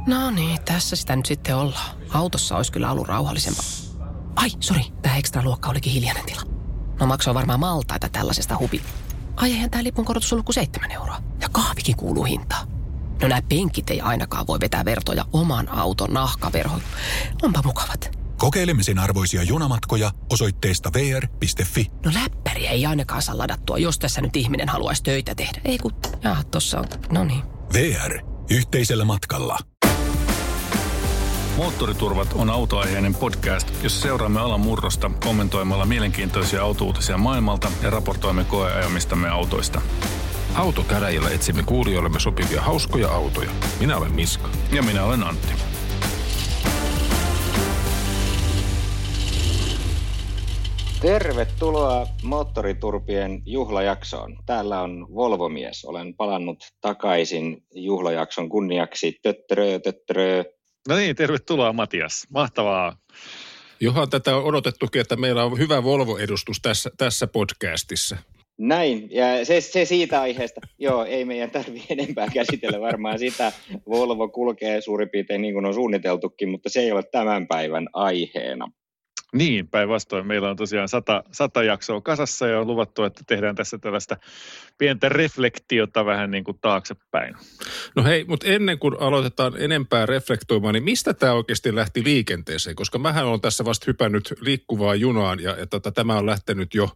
No niin, tässä sitä nyt sitten ollaan. Autossa olisi kyllä ollut rauhallisempaa. Ai, sori, tämä ekstra luokka olikin hiljainen tila. No maksoi varmaan maltaita tällaisesta hubi. Ai eihän tämä lipun korotus ollut kuin 7 euroa. Ja kahvikin kuuluu hintaan. No nämä penkit ei ainakaan voi vetää vertoja oman auton nahkaverhoon. Onpa mukavat. Kokeilemisen arvoisia junamatkoja osoitteesta vr.fi. No läppäriä ei ainakaan saa ladattua, jos tässä nyt ihminen haluaisi töitä tehdä. Ei kun, tossa on, no niin. VR. Yhteisellä matkalla. Moottoriturvat on autoaiheinen podcast, jossa seuraamme alan murrosta kommentoimalla mielenkiintoisia autouutisia maailmalta ja raportoimme koeajamistamme autoista. Autokäräjillä etsimme kuulijoillemme sopivia hauskoja autoja. Minä olen Miska. Ja minä olen Antti. Tervetuloa Moottoriturpien juhlajaksoon. Täällä on Volvo-mies. Olen palannut takaisin juhlajakson kunniaksi. Töttörö. No niin, tervetuloa Matias. Mahtavaa. Johan tätä on odotettukin, että meillä on hyvä Volvo-edustus tässä podcastissa. Näin, ja se siitä aiheesta. Joo, ei meidän tarvitse enempää käsitellä varmaan sitä. Volvo kulkee suurin piirtein niin kuin on suunniteltukin, mutta se ei ole tämän päivän aiheena. Niin, päinvastoin. Meillä on tosiaan 100 jaksoa kasassa ja on luvattu, että tehdään tässä tällaista pientä reflektiota vähän niin kuin taaksepäin. No hei, mutta ennen kuin aloitetaan enempää reflektoimaan, niin mistä tämä oikeasti lähti liikenteeseen? Koska mähän olen tässä vasta hypännyt liikkuvaan junaan ja tämä on lähtenyt jo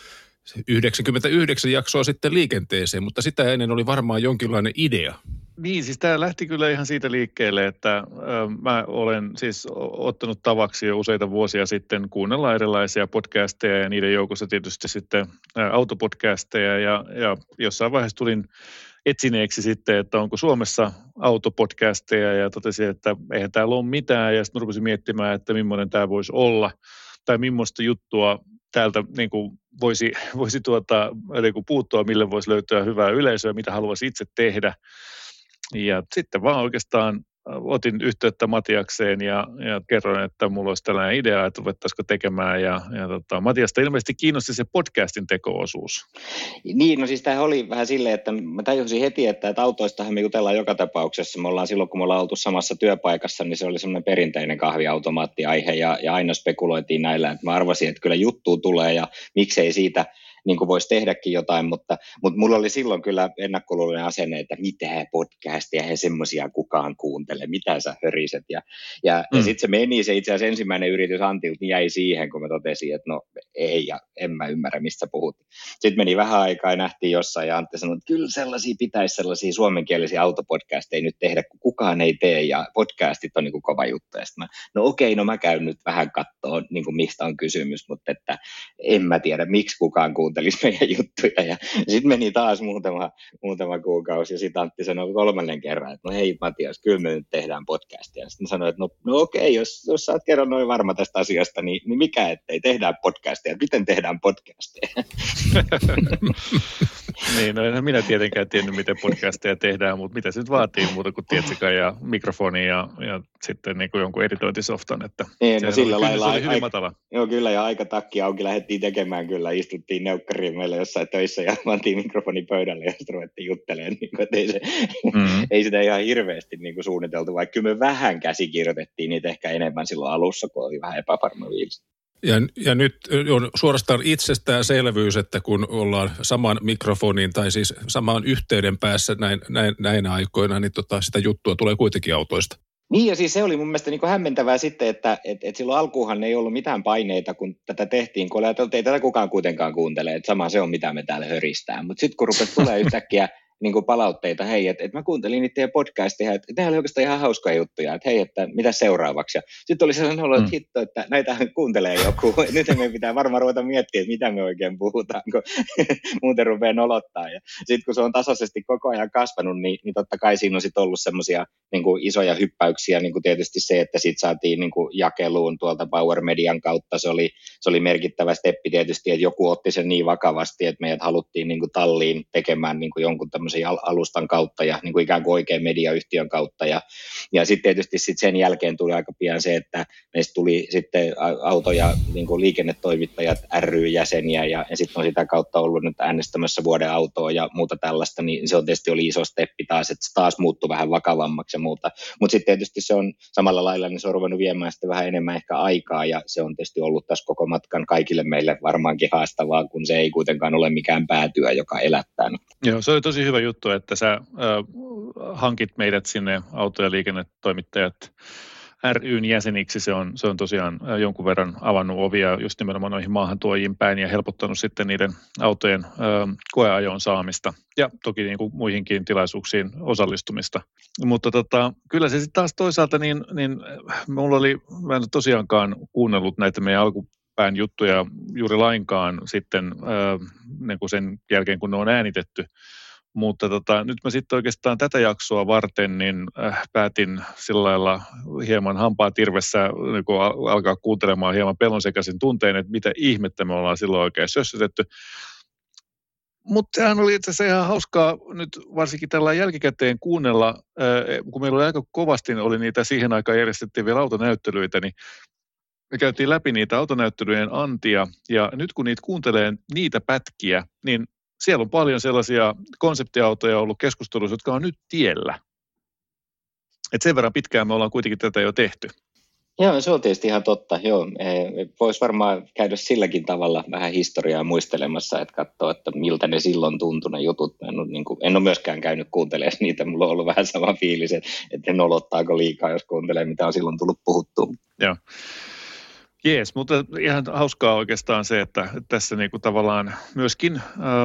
99 jaksoa sitten liikenteeseen, mutta sitä ennen oli varmaan jonkinlainen idea. Niin, siis tämä lähti kyllä ihan siitä liikkeelle, että mä olen siis ottanut tavaksi jo useita vuosia sitten kuunnella erilaisia podcasteja ja niiden joukossa tietysti sitten autopodcasteja ja jossain vaiheessa tulin etsineeksi sitten, että onko Suomessa autopodcasteja ja totesin, että eihän täällä ole mitään ja sitten rupesin miettimään, että millainen tämä voisi olla tai millaista juttua täältä niin kuin voisi puuttua, mille voisi löytää hyvää yleisöä, mitä haluaisi itse tehdä. Ja sitten vaan oikeastaan otin yhteyttä Matiakseen ja kerroin, että mulla olisi tällainen idea, että ruvettaisiko tekemään. Ja Matiasta ilmeisesti kiinnosti se podcastin teko-osuus. Niin, no siis tämähän oli vähän silleen, että mä tajusin heti, että autoistahan me jutellaan joka tapauksessa. Me ollaan silloin, kun me ollaan oltu samassa työpaikassa, niin se oli semmoinen perinteinen kahviautomaattiaihe ja aina spekuloitiin näillä. Että mä arvasin, että kyllä juttua tulee ja miksei siitä niin kuin voisi tehdäkin jotain, mutta mulla oli silloin kyllä ennakkoluuloinen asenne, että mitä podcastia he semmoisia kukaan kuuntele, mitä sä höriset. Ja sitten se meni, se itse asiassa ensimmäinen yritys Antilta niin jäi siihen, kun mä totesin, että no ei, ja en mä ymmärrä, mistä puhut. Sitten meni vähän aikaa ja nähtiin jossain, ja Antti sanoi, että kyllä sellaisia suomenkielisiä autopodcasteja nyt tehdä, kun kukaan ei tee, ja podcastit on niin kuin kova juttu. Ja no mä käyn nyt vähän katsoa, niin kuin mistä on kysymys, mutta että en mä tiedä, miksi kukaan kuuntelisi meidän juttuja. Ja sitten meni taas muutama kuukausi, ja sitten Antti sanoi 3. kerran, että no hei Matias, kyllä me nyt tehdään podcastia. Ja sitten sanoin, että no okei, jos sä oot kerran noin varma tästä asiasta, niin mikä ettei tehdään podcastia? Miten tehdään podcastia? Niin, no en minä tietenkään tiennyt, miten podcasteja tehdään, mutta mitä se nyt vaatii muuta kuin tietsikää ja mikrofoni ja sitten niin kuin jonkun editointisoftan, että niin, no sillä lailla oli hyvin matala. Joo, kyllä, ja aika takki auki lähdettiin tekemään, kyllä istuttiin neukkariin meillä jossain töissä ja pantiin mikrofoni pöydälle ja sitten ruvettiin juttelemaan, niin kuin, ei sitä ihan hirveästi niin kuin suunniteltu, vaikka kyllä me vähän käsikirjoitettiin niitä ehkä enemmän silloin alussa, kun oli vähän epävarma viilsi. Ja nyt on suorastaan itsestäänselvyys, että kun ollaan saman mikrofonin tai siis saman yhteyden päässä näinä aikoina, niin sitä juttua tulee kuitenkin autoista. Niin, ja siis se oli mun mielestä niin kuin hämmentävää sitten, että silloin alkuunhan ei ollut mitään paineita, kun tätä tehtiin, kun ei tätä kukaan kuitenkaan kuuntele, että sama se on, mitä me täällä höristää. Mutta sitten kun rupesi tulee yhtäkkiä niin kuin palautteita, hei, että mä kuuntelin niitä teidän podcasteja, että ne oli oikeastaan ihan hauskoja juttuja, että hei, että mitä seuraavaksi. Ja sitten oli sellainen olo, että hitto, että näitä kuuntelee joku. Nyt me pitää varmaan ruveta miettiä, että mitä me oikein puhutaan, kun muuten rupeaa nolottaa. Ja sitten kun se on tasaisesti koko ajan kasvanut, niin totta kai siinä on sitten ollut semmoisia niin kuin isoja hyppäyksiä, niin kuin tietysti se, että siitä saatiin niin kuin jakeluun tuolta Power Median kautta. Se oli merkittävä steppi tietysti, että joku otti sen niin vakavasti, että meidät haluttiin niin kuin talliin tekemään niin kuin jonkun tämmöisen tämmöisen alustan kautta ja niin kuin ikään kuin oikein mediayhtiön kautta. Ja sitten tietysti sen jälkeen tuli aika pian se, että meistä tuli sitten auto- ja niin kuin liikennetoimittajat ry-jäseniä ja sitten on sitä kautta ollut nyt äänestämässä vuoden autoa ja muuta tällaista, niin se on tietysti oli iso steppi taas, että se taas muuttui vähän vakavammaksi ja muuta. Mutta sitten tietysti se on samalla lailla, niin se on ruvennut viemään sitten vähän enemmän ehkä aikaa ja se on tietysti ollut tässä koko matkan kaikille meille varmaankin haastavaa, kun se ei kuitenkaan ole mikään päätyö, joka elättää. Joo, se oli tosi hyvä juttu, että sä hankit meidät sinne auto- ja liikennetoimittajat ry:n jäseniksi. Se on tosiaan jonkun verran avannut ovia just nimenomaan noihin maahantuojiin päin ja helpottanut sitten niiden autojen koeajon saamista ja toki niin kuin muihinkin tilaisuuksiin osallistumista. Mutta kyllä se sitten taas toisaalta, niin mä en ole tosiaankaan kuunnellut näitä meidän alkupään juttuja juuri lainkaan sitten niin kuin sen jälkeen, kun ne on äänitetty. Mutta nyt mä sitten oikeastaan tätä jaksoa varten niin päätin sillä lailla hieman hampaa tirvessä niin kun alkaa kuuntelemaan hieman pelonsekaisin tuntein, että mitä ihmettä me ollaan silloin oikein sössytetty. Mutta sehän oli itse asiassa ihan hauskaa nyt varsinkin tällä jälkikäteen kuunnella, kun meillä oli aika kovasti, oli niitä siihen aikaan järjestettiin vielä autonäyttelyitä, niin me käytiin läpi niitä autonäyttelyjen antia ja nyt kun niitä kuuntelee niitä pätkiä, niin siellä on paljon sellaisia konseptiautoja ollut keskusteluissa, jotka on nyt tiellä. Et sen verran pitkään me ollaan kuitenkin tätä jo tehty. Joo, se on tietysti ihan totta. Joo, voisi varmaan käydä silläkin tavalla vähän historiaa muistelemassa, että katsoa, että miltä ne silloin tuntui ne jutut. En ole myöskään käynyt kuuntelemaan niitä. Mulla on ollut vähän sama fiilis, että nolottaako liikaa, jos kuuntelee, mitä on silloin tullut puhuttua. Joo. Jees, mutta ihan hauskaa oikeastaan se, että tässä niinku tavallaan myöskin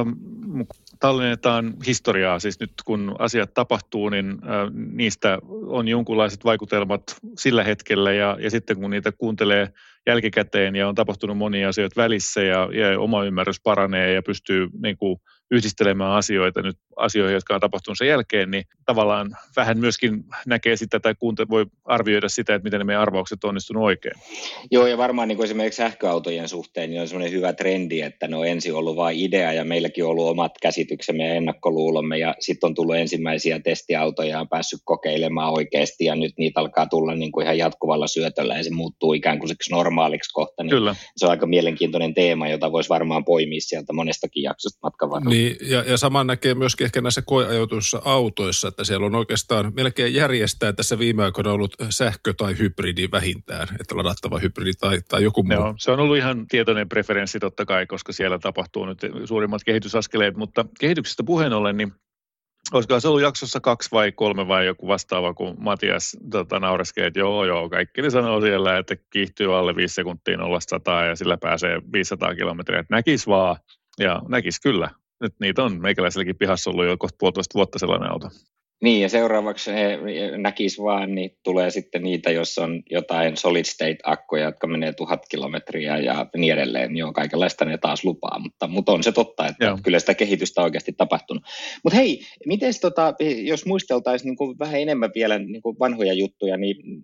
tallennetaan historiaa. Siis nyt kun asiat tapahtuu, niin niistä on jonkunlaiset vaikutelmat sillä hetkellä ja sitten kun niitä kuuntelee jälkikäteen ja on tapahtunut monia asioita välissä ja oma ymmärrys paranee ja pystyy niinku yhdistelemään asioita nyt asioihin, jotka on tapahtunut sen jälkeen, niin tavallaan vähän myöskin näkee sitä tai voi arvioida sitä, että miten ne meidän arvaukset on onnistunut oikein. Joo, ja varmaan niin kuin esimerkiksi sähköautojen suhteen niin on semmoinen hyvä trendi, että ne on ensin ollut vain idea ja meilläkin on ollut omat käsityksemme ja ennakkoluulomme ja sitten on tullut ensimmäisiä testiautoja ja on päässyt kokeilemaan oikeasti ja nyt niitä alkaa tulla niin kuin ihan jatkuvalla syötöllä ja se muuttuu ikään kuin normaaliksi kohta. Niin kyllä. Se on aika mielenkiintoinen teema, jota voisi varmaan poimia sieltä monestakin jaksosta matkan varrella. Niin, ja saman näkee myöskin ehkä näissä koeajoituissa autoissa, että siellä on oikeastaan melkein järjestää tässä viime aikoina ollut sähkö- tai hybridi vähintään, että ladattava hybridi tai joku muu. Joo, se on ollut ihan tietoinen preferenssi totta kai, koska siellä tapahtuu nyt suurimmat kehitysaskeleet, mutta kehityksestä puheen ollen, niin olisiko se ollut jaksossa 2 vai 3 vai joku vastaava, kun Matias naureskeli, että joo, kaikki ne sanoo siellä, että kiihtyy alle 5 sekuntia 0-100 ja sillä pääsee 500 kilometriä, että näkis vaan, ja näkis kyllä. Nyt niitä on meikäläiselläkin pihassa ollut jo kohta 1,5 vuotta sellainen auto. Niin, ja seuraavaksi he näkis vaan, niin tulee sitten niitä, jos on jotain solid state-akkuja, jotka menee 1000 kilometriä ja niin edelleen. Joo, kaikenlaista ne taas lupaa, mutta on se totta, että joo, kyllä sitä kehitystä on oikeasti tapahtunut. Mutta hei, miten jos muisteltaisiin niin kuin vähän enemmän vielä niin kuin vanhoja juttuja,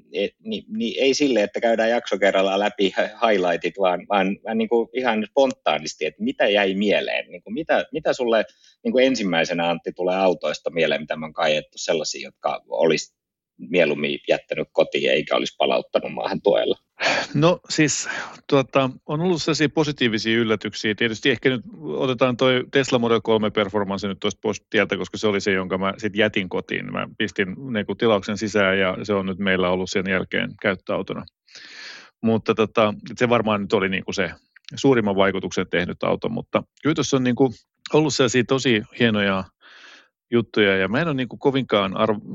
niin ei sille, että käydään jakso kerrallaan läpi highlightit, vaan niin kuin ihan spontaanisti, että mitä jäi mieleen? Niin kuin mitä sulle niin kuin ensimmäisenä, Antti, tulee autoista mieleen, mitä mä oon kaiettu sellaisia, jotka olisi mieluummin jättänyt kotiin eikä olisi palauttanut maahan tuella? No siis on ollut sellaisia positiivisia yllätyksiä. Tietysti ehkä nyt otetaan toi Tesla Model 3 Performance nyt tuosta pois tieltä, koska se oli se, jonka mä sitten jätin kotiin. Mä pistin tilauksen sisään ja se on nyt meillä ollut sen jälkeen käyttöautona. Mutta se varmaan nyt oli niinku se suurimman vaikutuksen tehnyt auto, mutta kyllä tuossa on niinku ollut sellaisia tosi hienoja juttuja, ja mä en ole niin kuin kovinkaan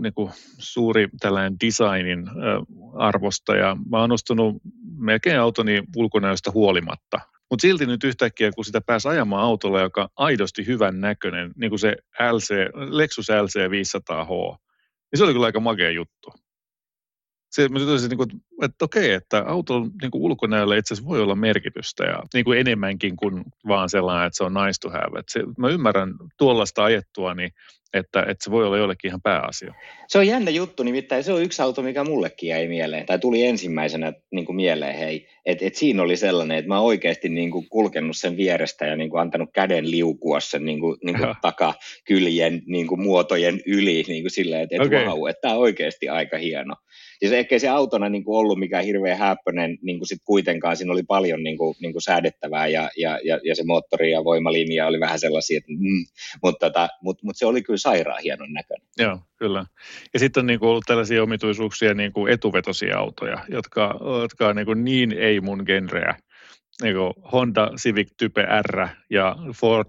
suuri tällainen designin arvostaja. Mä oon ostanut melkein autoni ulkonäöstä huolimatta, mutta silti nyt yhtäkkiä, kun sitä pääsi ajamaan autolla, joka aidosti hyvän näköinen, niin kuin se Lexus LC 500H, niin se oli kyllä aika makea juttu. Mä totesin, että että okei, että auton niin kuin ulkonäöllä itse asiassa voi olla merkitystä ja niin kuin enemmänkin kuin vaan sellainen, että se on nice to have. Että mä ymmärrän tuollaista ajettuani, että se voi olla jollekin ihan pääasia. Se on jännä juttu, nimittäin se on yksi auto, mikä mullekin jäi mieleen, tai tuli ensimmäisenä niin kuin mieleen, hei, että siinä oli sellainen, että mä oon oikeasti niin kuin kulkenut sen vierestä ja niin kuin antanut käden liukua sen niin kuin takakyljen niin kuin muotojen yli niin kuin silleen, että vau, että tämä on oikeasti aika hieno. Siis ehkä se autona niin kuin ollut mikään hirveän häppöinen, niin kuin sit kuitenkaan siinä oli paljon niin kuin säädettävää ja se moottori ja voimalinja oli vähän sellaisia, että mutta se oli kyllä sairaan hienon näköinen. Joo, kyllä. Ja sitten on niin kuin ollut tällaisia omituisuuksia niin kuin etuvetosia autoja, jotka on niin ei mun genreä. Niin kuin Honda Civic Type R ja Ford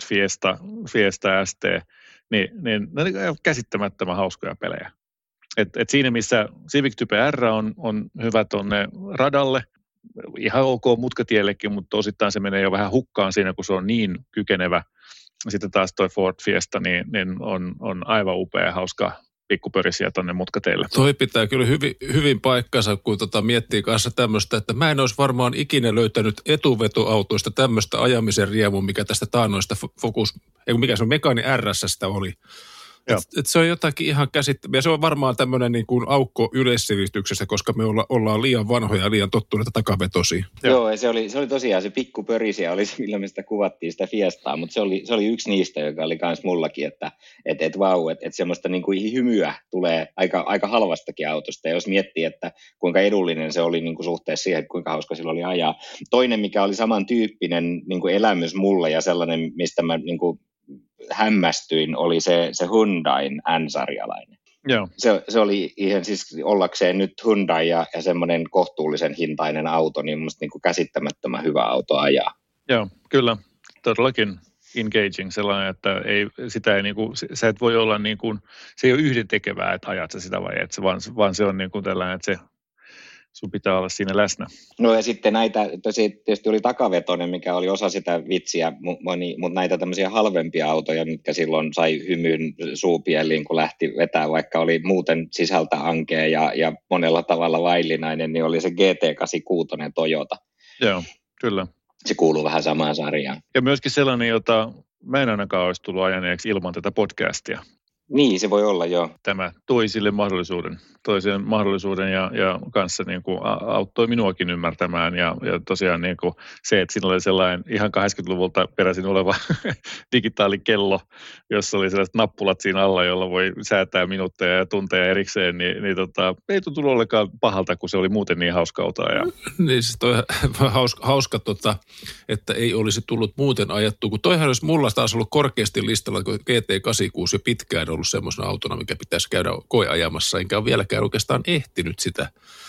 Fiesta ST, niin ne on käsittämättömän hauskoja pelejä. Et siinä, missä Civic Type R on hyvä tuonne radalle, ihan ok mutkatiellekin, mutta osittain se menee jo vähän hukkaan siinä, kun se on niin kykenevä. Sitten taas toi Ford Fiesta niin on aivan upea hauska pikkupörisiä tuonne mutkateille. Toi pitää kyllä hyvin paikkansa, kun miettii kanssa tämmöistä, että mä en olisi varmaan ikinä löytänyt etuvetoautoista tämmöistä ajamisen riemua, mikä tästä taannoista mikä se on Megane RS:stä oli. Et se on jotakin ihan käsittämätöntä. Ja se on varmaan tämmöinen niin kuin aukko yleissivistyksessä, koska me ollaan liian vanhoja ja liian tottuneita takavetosia. Joo, ja se oli tosiaan se pikkupörisiä, oli se, millä me sitä kuvattiin sitä Fiestaa, mutta se oli yksi niistä, joka oli myös mullakin, että vau, että semmoista niin kuin hymyä tulee aika halvastakin autosta. Ja jos miettii, että kuinka edullinen se oli niin kuin suhteessa siihen, että kuinka hauska sillä oli ajaa. Toinen, mikä oli samantyyppinen niin kuin elämys mulle ja sellainen, mistä mä niin kuin hämmästyin, oli se Hyundain N-sarjalainen. Joo. Se oli ihan siis ollakseen nyt Hyundai ja semmoinen kohtuullisen hintainen auto, niin musta niin kuin käsittämättömän hyvä auto ajaa. Joo, kyllä. Todellakin engaging sellainen, että sitä ei niinku, sä et voi olla niin kuin, se ei ole yhdentekevää, että ajat sä sitä vai et, vaan se on niin kuin tällainen, että sun pitää olla siinä läsnä. No ja sitten näitä, tietysti oli takavetoinen, mikä oli osa sitä vitsiä, mutta näitä tämmöisiä halvempia autoja, mitkä silloin sai hymyn suupieliin, kun lähti vetää, vaikka oli muuten sisältä ankea ja monella tavalla vaillinainen, niin oli se GT86 Toyota. Joo, kyllä. Se kuuluu vähän samaan sarjaan. Ja myöskin sellainen, jota mä en ainakaan olisi tullut ajaneeksi ilman tätä podcastia. Niin, se voi olla, joo. Tämä toi sille mahdollisuuden ja kanssa niin kuin auttoi minuakin ymmärtämään ja tosiaan niin kuin se, että siinä oli sellainen ihan 80-luvulta peräisin oleva digitaalikello, jossa oli sellaiset nappulat siinä alla, jolla voi säätää minuutteja ja tunteja erikseen, niin ei tuntunut ollenkaan pahalta, kun se oli muuten niin hauska auto ajaa. Niin se toi hauska, että ei olisi tullut muuten ajattua, kun toihan olisi mulla taas ollut korkeasti listalla, kun GT86 jo pitkään ollut semmoisena autona, mikä pitäisi käydä koeajamassa, enkä ole vieläkään oikeastaan ehtinyt sitä.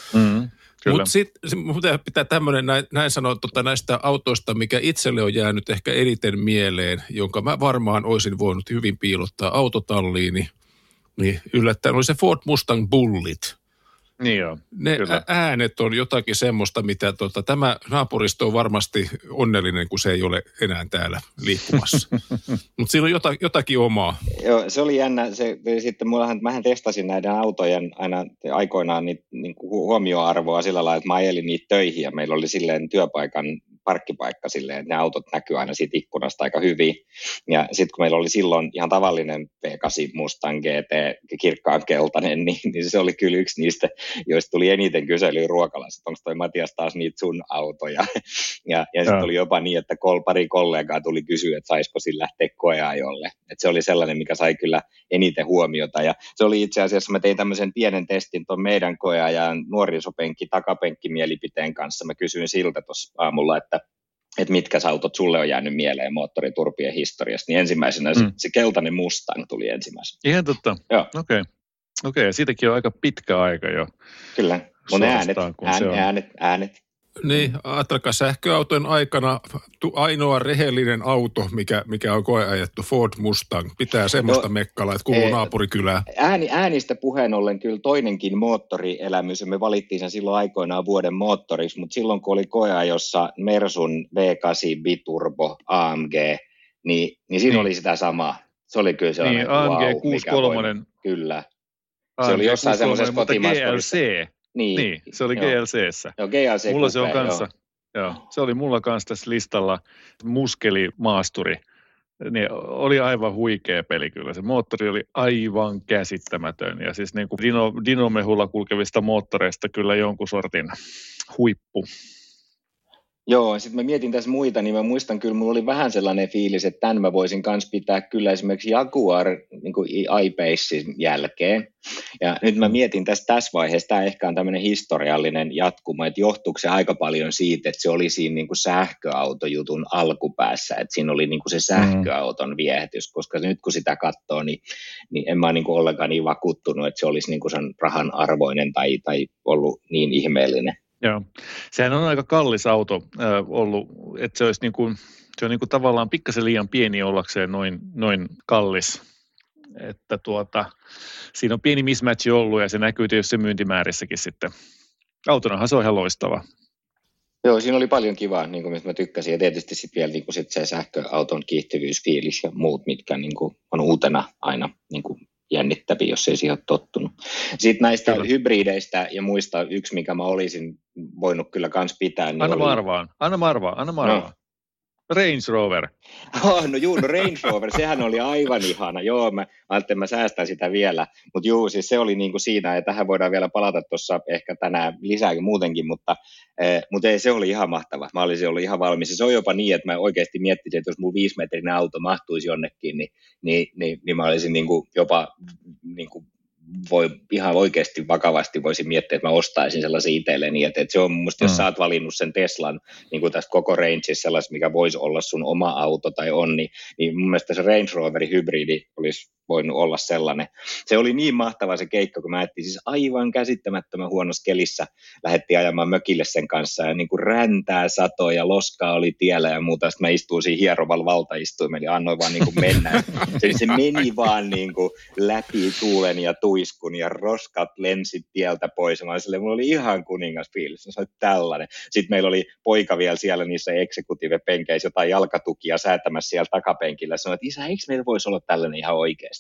Mutta sitten pitää tämmöinen, näin sanoa näistä autoista, mikä itselle on jäänyt ehkä eniten mieleen, jonka mä varmaan olisin voinut hyvin piilottaa autotalliini, niin yllättäen oli se Ford Mustang Bullitt. Niin joo, ne äänet on jotakin semmoista, mitä tämä naapuristo on varmasti onnellinen, kun se ei ole enää täällä liikkumassa. Mutta siinä on jotakin omaa. Joo, se oli jännä. Sitten mähän testasin näiden autojen aina aikoinaan niin huomioarvoa sillä lailla, että mä ajelin niitä töihin ja meillä oli silleen työpaikan parkkipaikka silleen, että ne autot näkyy aina siitä ikkunasta aika hyvin. Ja sitten kun meillä oli silloin ihan tavallinen P8 Mustang GT, kirkkaan keltainen, niin se oli kyllä yksi niistä, joista tuli eniten kyselyä ruokalassa, että onko toi Matias taas niitä sun autoja. Ja sitten oli jopa niin, että pari kollegaa tuli kysyä, että saisiko sillä lähteä koeajolle. Että se oli sellainen, mikä sai kyllä eniten huomiota. Ja se oli itse asiassa, mä tein tämmöisen pienen testin tuon meidän koeajan nuorisopenkki takapenkkimielipiteen kanssa. Mä kysyin siltä tuossa aamulla, että mitkä autot sulle on jäänyt mieleen moottoriturpien historiasta, niin ensimmäisenä se keltainen Mustang tuli ensimmäisenä. Ihan totta. Joo. Okei. Siitäkin on aika pitkä aika jo. Kyllä, mun äänet. Niin, ajatelkaa sähköautojen aikana ainoa rehellinen auto, mikä on koeajettu, Ford Mustang. Pitää semmoista mekkalaa, että kuuluu naapurikylään. Äänistä puheen ollen kyllä toinenkin moottorielämys, ja me valittiin sen silloin aikoinaan vuoden moottoriksi, mutta silloin kun oli koeajossa Mersun V8 Biturbo AMG, niin siinä oli sitä samaa. Se oli kyllä sellainen AMG 63. Kyllä. Se oli jossain semmoisessa kotimaassa. GLC. Niin, se oli GLC:ssä. Joo, GLC mulla se on kanssa. Joo, se oli mulla kanssa tässä listalla muskelimaasturi. Niin oli aivan huikea peli kyllä. Se moottori oli aivan käsittämätön. Ja siis niin kuin dinomehulla kulkevista moottoreista kyllä jonkun sortin huippu. Joo, sitten mä mietin tässä muita, niin mä muistan kyllä, mulla oli vähän sellainen fiilis, että tämän mä voisin kanssa pitää kyllä esimerkiksi Jaguar niin kuin I-Pacein jälkeen. Ja nyt mä mietin tässä vaiheessa, tämä ehkä on tämmöinen historiallinen jatkuma, että johtuuko se aika paljon siitä, että se oli siinä niin kuin sähköautojutun alkupäässä, että siinä oli niin kuin se sähköauton viehätys, koska nyt kun sitä katsoo, niin en mä niin kuin ollenkaan niin vakuuttunut, että se olisi niin kuin sen rahan arvoinen tai ollut niin ihmeellinen. Joo, sehän on aika kallis auto ollut, että se olisi niin kuin, se on niin kuin tavallaan pikkasen liian pieni ollakseen noin kallis, että siinä on pieni mismatch ollut ja se näkyy tietysti myyntimäärissäkin sitten. Autonahan se on ihan loistava. Joo, siinä oli paljon kivaa, niin kuin mistä mä tykkäsin ja tietysti sitten vielä niin kuin sit se sähköauton kiihtyvyysfiilis ja muut, mitkä niin kuin on uutena aina niin kuin jännittäviä, jos ei siihen ole tottunut. Sitten näistä hybrideistä ja muista yksi, mikä mä olisin voinut kyllä kans pitää. Niin Anna mä arvaan. No. Range Rover. Range Rover, sehän oli aivan ihana. Joo, mä ajattelin, että mä säästän sitä vielä. Mutta siis se oli niinku siinä, ja tähän voidaan vielä palata tuossa ehkä tänään lisääkin muutenkin, mutta se oli ihan mahtava. Mä olisin ollut ihan valmis. Ja se on jopa niin, että mä oikeasti miettisin, että jos mun 5-metrinen auto mahtuisi jonnekin, niin mä olisin niinku jopa niinku voi ihan oikeasti vakavasti voisin miettiä, että mä ostaisin sellaisen itselleni, että se on mun mielestä, jos sä oot valinnut sen Teslan niin kuin tästä koko rangeissa sellaisen, mikä voisi olla sun oma auto tai on, niin mun mielestä se Range Roverin hybridi olisi voinut olla sellainen. Se oli niin mahtava se keikka, kun mä ajattelin siis aivan käsittämättömän huonossa kelissä, lähdettiin ajamaan mökille sen kanssa ja niin kuin räntää satoi ja loskaa oli tiellä ja muuta, sitten mä istuin siinä hierovalla valtaistuimella ja annoin vaan niin kuin mennä. Se meni vaan niin kuin läpi tuulen ja tuiskun ja roskat lensi tieltä pois ja mulla oli ihan kuningas fiilis, se oli tällainen. Sitten meillä oli poika vielä siellä niissä executive-penkeissä jotain jalkatukia säätämässä siellä takapenkillä. Sanoin, että isä, eikö meillä voisi olla tällainen ihan oikeasti?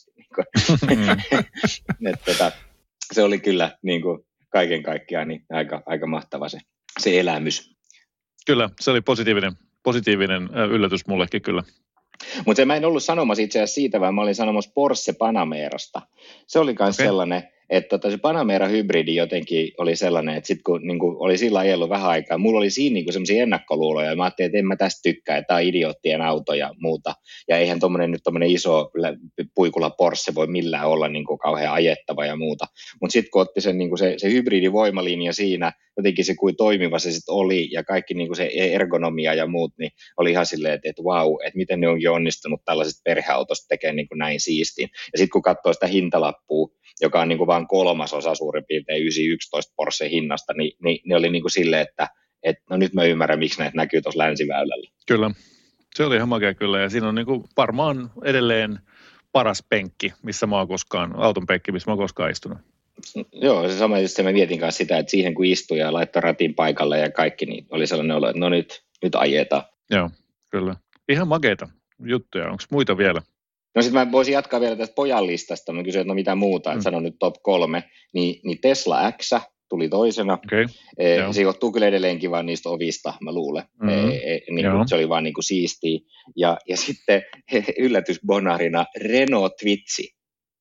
Se oli kyllä niin kuin kaiken kaikkiaan niin aika mahtava se elämys. Kyllä, se oli positiivinen yllätys mullekin kyllä. Mutta mä en ollut sanomassa itse asiassa siitä, vaan mä olin sanomassa Porsche Panamerasta. Se oli myös sellainen, että se Panamera-hybridi jotenkin oli sellainen, että sitten kun niin kun oli sillä ajellut vähän aikaa, mulla oli siinä niin sellaisia ennakkoluuloja, ja mä ajattelin, että en mä tästä tykkää, että tämä on idioottien auto ja muuta, ja eihän tommonen iso puikula Porsche voi millään olla niin kuin kauhean ajettava ja muuta, mutta sitten kun otti sen, niin kuin se hybridivoimalinja siinä, jotenkin se kuin toimiva se sitten oli, ja kaikki niin kuin se ergonomia ja muut, niin oli ihan silleen, että vau, että miten ne onkin onnistunut tällaisesta perheautosta tekemään niin kuin näin siistiin, ja sitten kun katsoo sitä hintalappua, joka on niin kuin vain 3/3 suurin piirtein 911 Porsche hinnasta, niin ne oli niin kuin silleen, että no nyt mä ymmärrän, miksi näitä näkyy tuossa länsiväylällä. Kyllä, se oli ihan makea kyllä, ja siinä on niin kuin varmaan edelleen paras penkki, auton penkki, missä mä oon koskaan istunut. Joo, se sama just mä mietin kanssa sitä, että siihen kun istui ja laittoi ratin paikalle ja kaikki, niin oli sellainen olo, että no nyt ajetaan. Joo, kyllä. Ihan makeita juttuja, onko muita vielä? No sitten mä voisin jatkaa vielä tästä pojan listasta. Mä kysyin, että no mitä muuta, että sanon nyt top 3. Niin Tesla X tuli toisena. Okay. Se johtuu kyllä edelleenkin vaan niistä ovista, mä luulen. Se oli vaan niin kuin siistiä. Ja sitten yllätysbonarina Renault Twitchi.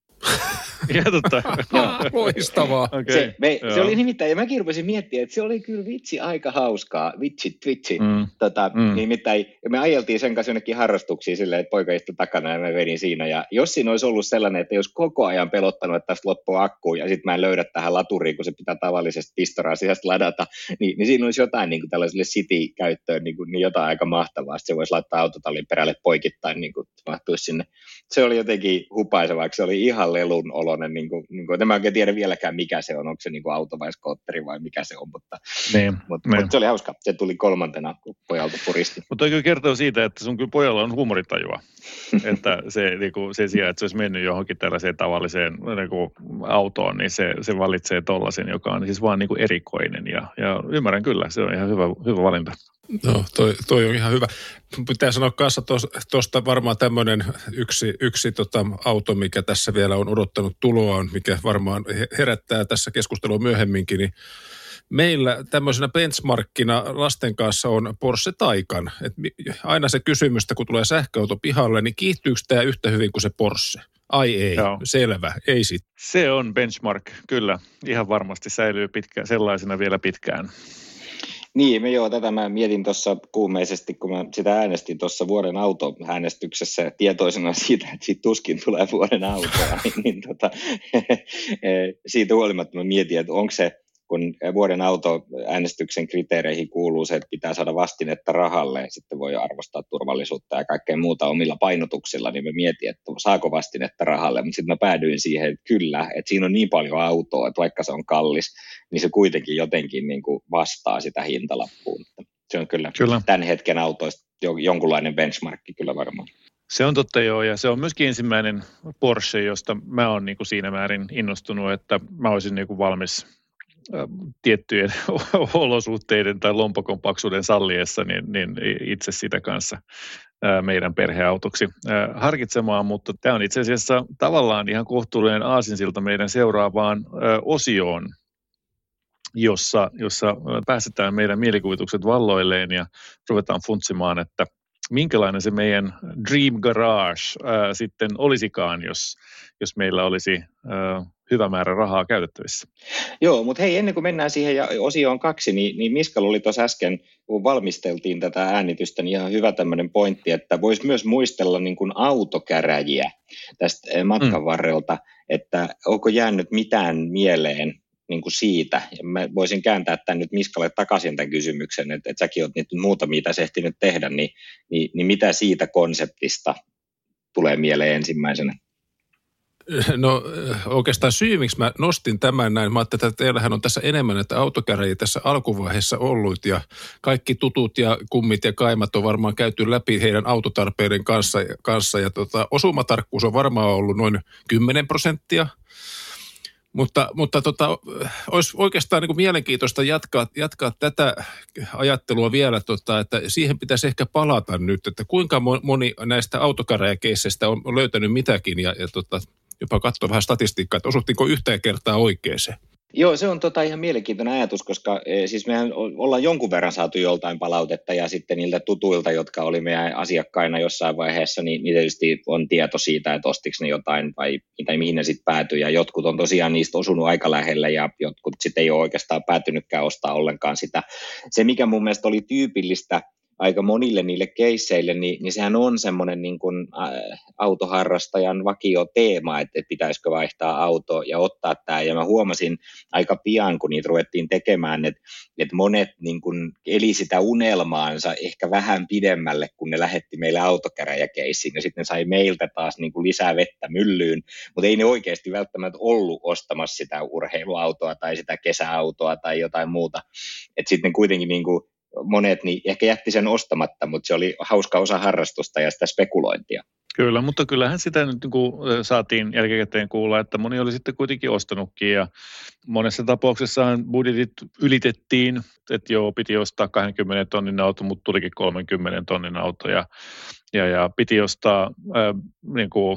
Ja loistavaa. Okay. Se oli nimittäin, ja mäkin rupesin miettimään, että se oli kyllä vitsi aika hauskaa, Twitchi. Nimittäin me ajeltiin sen kanssa jonnekin harrastuksiin silleen, että poika istui takana ja mä vedin siinä, ja jos siinä olisi ollut sellainen, että jos koko ajan pelottanut, että tästä loppuu akku, ja sitten mä en löydä tähän laturiin, kun se pitää tavallisesti pistoraa sisästä ladata, niin siinä olisi jotain niin kuin tällaiselle city-käyttöön, niin jotain aika mahtavaa, sitten se voisi laittaa autotallin perälle poikittain, niin kuin mahtuisi sinne. Se oli jotenkin hupaiseva, vaikka se oli ihan lelun oloinen, niin kuin, en mä oikein tiedä vieläkään mikä se on, onko se niin kuin auto vai skootteri vai mikä se on, mutta se oli hauska, se tuli 3. kun pojalta puristi. Mutta kyllä kertoo siitä, että sun kyllä pojalla on huumorintajua, että se sijaan, että se olisi mennyt johonkin tällaiseen tavalliseen autoon, niin se valitsee tollaisen, joka on siis vaan niin kuin erikoinen ja ymmärrän kyllä, se on ihan hyvä valinta. No, toi on ihan hyvä. Pitää sanoa kanssa tuosta varmaan tämmöinen yksi auto, mikä tässä vielä on odottanut tuloaan, mikä varmaan herättää tässä keskustelua myöhemminkin, niin meillä tämmöisenä benchmarkkina lasten kanssa on Porsche Taycan. Et aina se kysymystä, kun tulee sähköauto pihalle, niin kiihtyykö tämä yhtä hyvin kuin se Porsche? Ai ei, joo. Selvä, ei sit. Se on benchmark, kyllä. Ihan varmasti säilyy sellaisena vielä pitkään. Niin, tätä mä mietin tuossa kuumeisesti, kun mä sitä äänestin tuossa vuoden autoäänestyksessä tietoisena siitä, että siitä tuskin tulee vuoden autoa, siitä huolimatta mä mietin, että onko se, kun vuoden autoäänestyksen kriteereihin kuuluu se, että pitää saada vastinetta rahalle, sitten voi arvostaa turvallisuutta ja kaikkea muuta omilla painotuksilla, niin mä mietin, että saako vastinetta rahalle, mutta sitten mä päädyin siihen, että kyllä, että siinä on niin paljon autoa, että vaikka se on kallis, niin se kuitenkin jotenkin niin kuin vastaa sitä hintalappuun. Se on kyllä tämän hetken autoista jonkunlainen benchmarkki kyllä varmaan. Se on totta joo, ja se on myöskin ensimmäinen Porsche, josta mä oon niin kuin siinä määrin innostunut, että mä olisin niin kuin valmis tiettyjen olosuhteiden tai lompakon paksuuden salliessa, niin itse sitä kanssa meidän perheautoksi harkitsemaan, mutta tämä on itse asiassa tavallaan ihan kohtuullinen aasinsilta meidän seuraavaan osioon, jossa päästetään meidän mielikuvitukset valloilleen ja ruvetaan funtsimaan, että minkälainen se meidän Dream Garage sitten olisikaan, jos meillä olisi hyvä määrä rahaa käytettävissä. Joo, mutta hei, ennen kuin mennään siihen ja osioon 2, niin Miskalla oli tuossa äsken, kun valmisteltiin tätä äänitystä, niin ihan hyvä tämmöinen pointti, että voisi myös muistella niin kuin autokäräjiä tästä matkan varrelta, että onko jäänyt mitään mieleen niin kuin siitä. Ja mä voisin kääntää tämän nyt Miskalle takaisin tämän kysymyksen, että säkin olet niitä muutamia tässä ehtinyt tehdä, niin mitä siitä konseptista tulee mieleen ensimmäisenä? No oikeastaan syy, miksi mä nostin tämän näin, mä ajattelin, että teillähän on tässä enemmän näitä autokäräjiä tässä alkuvaiheessa ollut ja kaikki tutut ja kummit ja kaimat on varmaan käyty läpi heidän autotarpeiden kanssa ja osumatarkkuus on varmaan ollut noin 10%. Mutta olisi oikeastaan niin kuin mielenkiintoista jatkaa tätä ajattelua vielä, että siihen pitäisi ehkä palata nyt, että kuinka moni näistä autokäräjäkeisseistä on löytänyt mitäkin ja jopa katsoa vähän statistiikkaa, että osuttiinko yhtään kertaa oikeeseen. Joo, se on ihan mielenkiintoinen ajatus, koska siis mehän ollaan jonkun verran saatu joltain palautetta ja sitten niiltä tutuilta, jotka oli meidän asiakkaina jossain vaiheessa, niin tietysti on tieto siitä, että ostiko ne jotain vai mihin ne sitten päätyi ja jotkut on tosiaan niistä osunut aika lähelle ja jotkut sitten ei ole oikeastaan päätynytkään ostaa ollenkaan sitä. Se, mikä mun mielestä oli tyypillistä aika monille niille keisseille, niin sehän on semmoinen niin kuin autoharrastajan vakioteema, että pitäisikö vaihtaa auto ja ottaa tämä. Ja mä huomasin aika pian, kun niitä ruvettiin tekemään, että monet niin kuin eli sitä unelmaansa ehkä vähän pidemmälle, kun ne lähetti meille autokäräjäkeissiin. Ja sitten ne sai meiltä taas niin kuin lisää vettä myllyyn, mutta ei ne oikeasti välttämättä ollut ostamassa sitä urheiluautoa tai sitä kesäautoa tai jotain muuta. Että sitten kuitenkin niin kuin monet niin ehkä jätti sen ostamatta, mutta se oli hauska osa harrastusta ja sitä spekulointia. Kyllä, mutta kyllähän sitä nyt niin saatiin jälkikäteen kuulla, että moni oli sitten kuitenkin ostanutkin ja monessa tapauksessa budjetit ylitettiin, että joo, piti ostaa 20 tonnin auto, mutta tulikin 30 tonnin auto ja piti ostaa niin kuin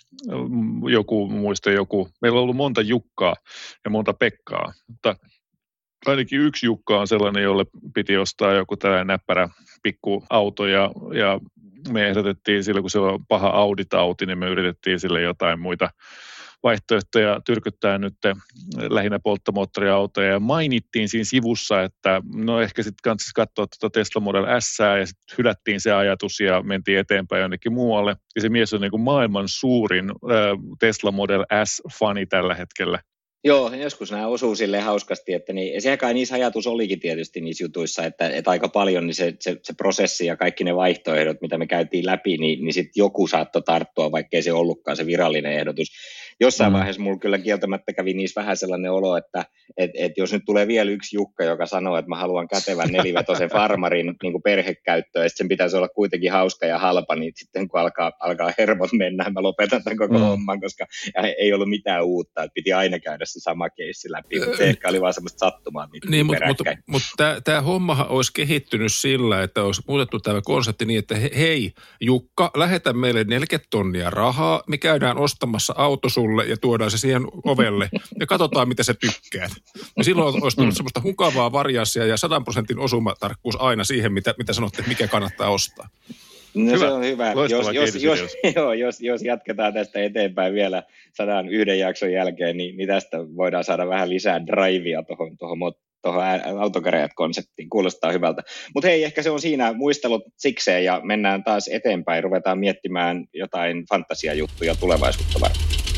joku, meillä on ollut monta Jukkaa ja monta Pekkaa, mutta ainakin yksi Jukka on sellainen, jolle piti ostaa joku tällainen näppärä pikkuauto ja me ehdotettiin silloin, kun se on paha Audi-tauti, niin me yritettiin sille jotain muita vaihtoehtoja tyrkyttää nyt lähinnä polttomoottoriautoja ja mainittiin siinä sivussa, että no ehkä sitten kannattaisi katsoa tuota Tesla Model S ja sitten hylättiin se ajatus ja mentiin eteenpäin jonnekin muualle. Ja se mies on niin kuin maailman suurin Tesla Model S-fani tällä hetkellä. Joo, joskus nämä osuu silleen hauskasti, että sehän kai niissä ajatus olikin tietysti niissä jutuissa, että aika paljon niin se prosessi ja kaikki ne vaihtoehdot, mitä me käytiin läpi, niin sitten joku saattoi tarttua, vaikkei se ollutkaan se virallinen ehdotus. jossain vaiheessa mulla kyllä kieltämättä kävi niissä vähän sellainen olo, että jos nyt tulee vielä yksi Jukka, joka sanoo, että mä haluan kätevän nelivetosen farmarin niin kuin perhekäyttöön, ja sen pitäisi olla kuitenkin hauska ja halpa, niin sitten kun alkaa hermot mennä, mä lopetan tämän koko homman, koska ei ollut mitään uutta, että piti aina käydä se sama keissi läpi, mutta se ehkä oli vaan semmoista sattumaa. Niin, mutta tämä hommahan olisi kehittynyt sillä, että olisi muutettu tämä konsepti niin, että hei Jukka, lähetä meille 40 tonnia rahaa, me käydään ostamassa auto sulle ja tuodaan se siihen ovelle ja katsotaan, mitä se tykkää. Ja silloin olisi tullut semmoista mukavaa varianssia ja 100% osumatarkkuus aina siihen, mitä sanotte, mikä kannattaa ostaa. No hyvä. Se on hyvä. Jos jatketaan tästä eteenpäin vielä 101 jakson jälkeen, niin tästä voidaan saada vähän lisää drivea tuohon autokäräjät-konseptiin. Kuulostaa hyvältä. Mutta hei, ehkä se on siinä muistelut sikseen ja mennään taas eteenpäin. Ruvetaan miettimään jotain fantasiajuttuja tulevaisuutta varten.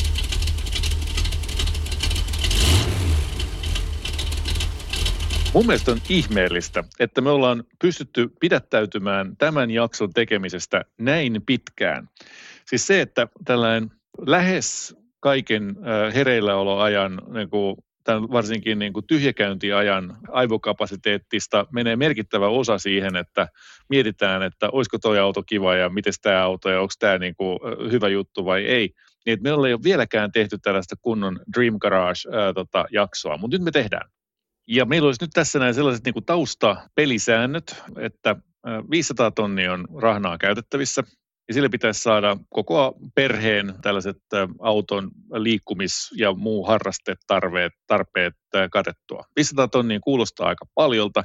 Mun mielestä on ihmeellistä, että me ollaan pystytty pidättäytymään tämän jakson tekemisestä näin pitkään. Siis se, että tällainen lähes kaiken hereilläoloajan, niin kuin tämän varsinkin niin kuin tyhjäkäyntiajan aivokapasiteettista menee merkittävä osa siihen, että mietitään, että olisiko toi auto kiva ja miten tämä auto ja onko tämä niin kuin hyvä juttu vai ei. Niin, että meillä ei ole vieläkään tehty tällaista kunnon Dream Garage-jaksoa, mutta nyt me tehdään. Ja meillä olisi nyt tässä näin sellaiset niin kuin taustapelisäännöt, että 500 tonnia on rahnaa käytettävissä ja sille pitäisi saada koko perheen tällaiset auton liikkumis- ja muu harrastetarpeet katettua. 500 tonnia kuulostaa aika paljolta,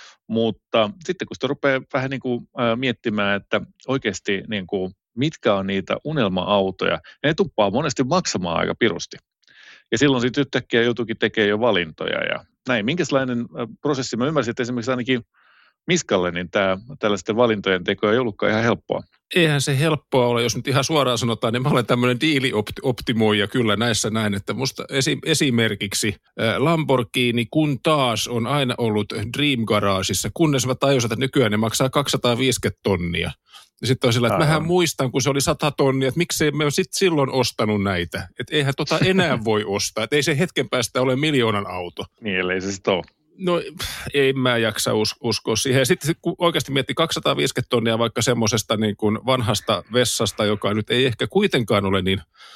mutta sitten kun sitä rupeaa vähän niin kuin miettimään, että oikeasti niin kuin mitkä on niitä unelma-autoja, ne tuppaa monesti maksamaan aika pirusti. Ja silloin sitten yhtäkkiä joutuukin tekemään jo valintoja ja näin. Minkälainen prosessi? Mä ymmärsin, että esimerkiksi ainakin Miskalle, niin tällaisten valintojen teko ei ollutkaan ihan helppoa. Eihän se helppoa ole, jos nyt ihan suoraan sanotaan, niin mä olen tämmöinen diilioptimoija kyllä näissä näin, että musta esimerkiksi Lamborghini kun taas on aina ollut Dream Garageissa, kunnes mä tajusin, että nykyään ne maksaa 250 tonnia. Ja sitten on sillä, että mähän muistan, kun se oli 100 tonnia, että miksei me sitten silloin ostanut näitä. Että eihän enää voi ostaa, että ei se hetken päästä ole 1 000 000 auto. Niin, ellei se sitten ole. No ei mä jaksa uskoa siihen. Ja sitten kun oikeasti miettii 250 tonnia vaikka semmoisesta niin kuin vanhasta vessasta, joka nyt ei ehkä kuitenkaan ole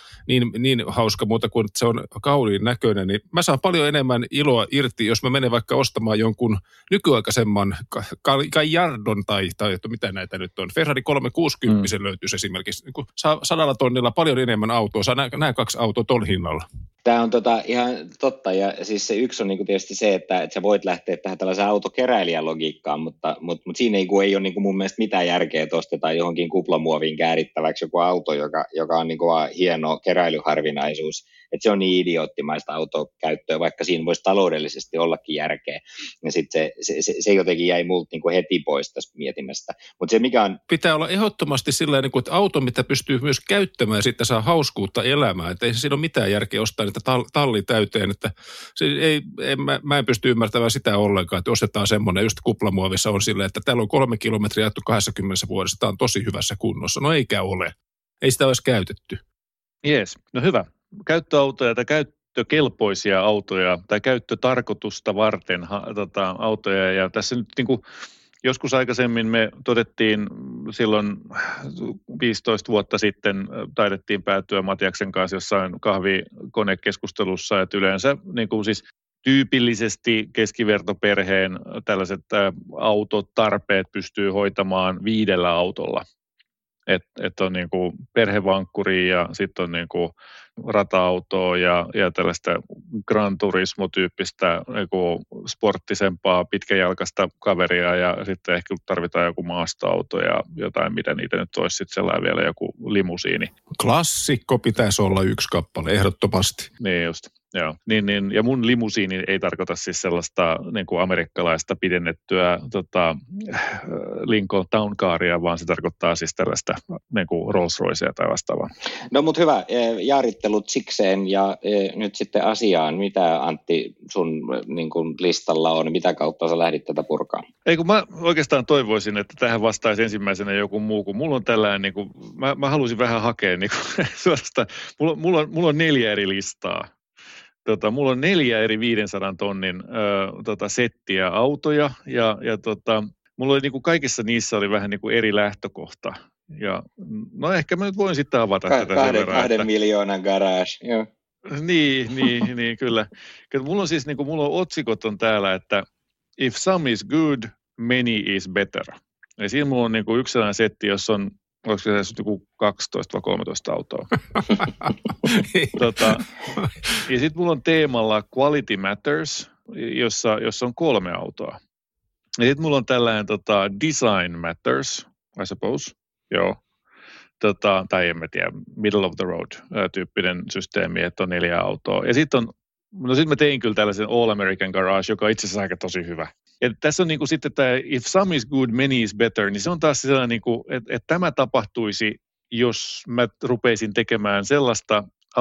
niin hauska muuta kuin se on kauniin näköinen, niin mä saan paljon enemmän iloa irti, jos mä menen vaikka ostamaan jonkun nykyaikaisemman Gallardon tai mitä näitä nyt on. Ferrari 360 löytyisi esimerkiksi. Niin saa 100 tonnilla paljon enemmän autoa, saa nämä 2 autoa tuolla hinnalla. Tämä on ihan totta, ja siis se yksi on tietysti se, että sä voit lähteä tähän tällaiseen autokeräilijälogiikkaan, mutta siinä ei ole mun mielestä mitään järkeä, että ostetaan johonkin kuplamuoviin käärittäväksi joku auto, joka on hieno keräilyharvinaisuus, että se on niin idioottimaista autokäyttöä, vaikka siinä voisi taloudellisesti ollakin järkeä, ja sitten se jotenkin jäi multa heti pois tästä mietinnästä. Mutta se mikä on... Pitää olla ehdottomasti sillä tavalla, että auto, mitä pystyy myös käyttämään ja sitten saa hauskuutta elämään, että ei siinä ole mitään järkeä ostaa niitä talli täyteen, että mä en pysty ymmärtämään sitä ollenkaan, että ostetaan semmoinen, just kuplamuovissa on silleen, että täällä on 3 kilometriä ajettu 20 vuodessa, tämä on tosi hyvässä kunnossa. No eikä ole. Ei sitä olisi käytetty. Jees, no hyvä. Käyttöautoja tai käyttökelpoisia autoja tai käyttötarkoitusta varten autoja ja tässä nyt niin kuin joskus aikaisemmin me todettiin silloin 15 vuotta sitten, taidettiin päätyä Matiaksen kanssa jossain kahvikonekeskustelussa, että yleensä niin kuin siis tyypillisesti keskivertoperheen tällaiset autotarpeet pystyy hoitamaan 5 autolla. Että on niin kuin perhevankkuri ja sitten on niin kuin rata-autoa ja tällaista Gran Turismo-tyyppistä niin kuin sporttisempaa pitkäjalkaista kaveria ja sitten ehkä tarvitaan joku maastoauto ja jotain, mitä niitä nyt olisi sitten sellainen vielä joku limusiini. Klassikko pitäisi olla 1 kappale, ehdottomasti. Niin just. Joo, niin, ja mun limusiini ei tarkoita siis sellaista niin kuin amerikkalaista pidennettyä Lincoln Town Caria, vaan se tarkoittaa siis tällaista niin kuin Rolls-Roycea tai vastaavaa. No mutta hyvä, jaarittelut sikseen ja nyt sitten asiaan. Mitä Antti sun niin kuin listalla on, mitä kautta sä lähdit tätä purkaan? Ei kun mä oikeastaan toivoisin, että tähän vastaisi ensimmäisenä joku muu, kun mulla on tällainen, niin kuin, mä halusin vähän hakea niin kuin, suorastaan, mulla on 4 eri listaa. Mulla on 4 eri 500 tonnin settiä autoja ja mulla oli niin kuin kaikissa niissä oli vähän niin kuin eri lähtökohta. Ja no ehkä mä nyt voin sitten avata tätä sen verran. 2 miljoonan garage, joo. Niin, kyllä. Mulla on siis niin kuin, mulla on otsikot on täällä, että if some is good, many is better. Ja siinä mulla on niin kuin yksi sellainen setti, jossa on, onko se joku 12 vai 13 autoa. Ja sitten mulla on teemalla Quality Matters, jossa on 3 autoa. Ja sitten mulla on tällainen Design Matters, I suppose, joo. Tai en mä tiedä, middle of the road tyyppinen systeemi, että on 4 autoa. Ja sitten mä tein kyllä tällaisen All American Garage, joka on itse asiassa aika tosi hyvä. Ja tässä on niinku sitten tämä if some is good, many is better, niin se on taas sellainen, niinku, että tämä tapahtuisi, jos mä rupeisin tekemään sellaista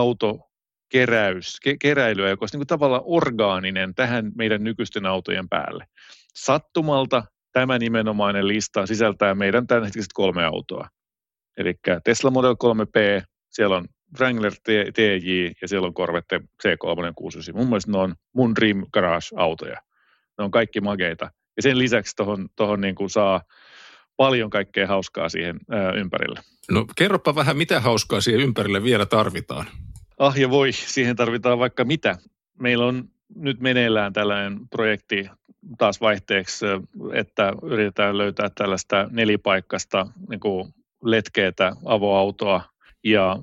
autokeräilyä, joka olisi niinku tavallaan orgaaninen tähän meidän nykyisten autojen päälle. Sattumalta tämä nimenomainen lista sisältää meidän tämänhetkiset 3 autoa. Eli Tesla Model 3P, siellä on Wrangler TJ ja siellä on Corvette C369. Mun mielestä ne on mun Dream Garage-autoja. Ne on kaikki mageita. Ja sen lisäksi tuohon niin kuin saa paljon kaikkea hauskaa siihen ympärille. No kerropa vähän, mitä hauskaa siihen ympärille vielä tarvitaan. Ja voi, siihen tarvitaan vaikka mitä. Meillä on nyt meneillään tällainen projekti taas vaihteeksi, että yritetään löytää tällaista 4-paikkasta niin kuin letkeätä avoautoa ja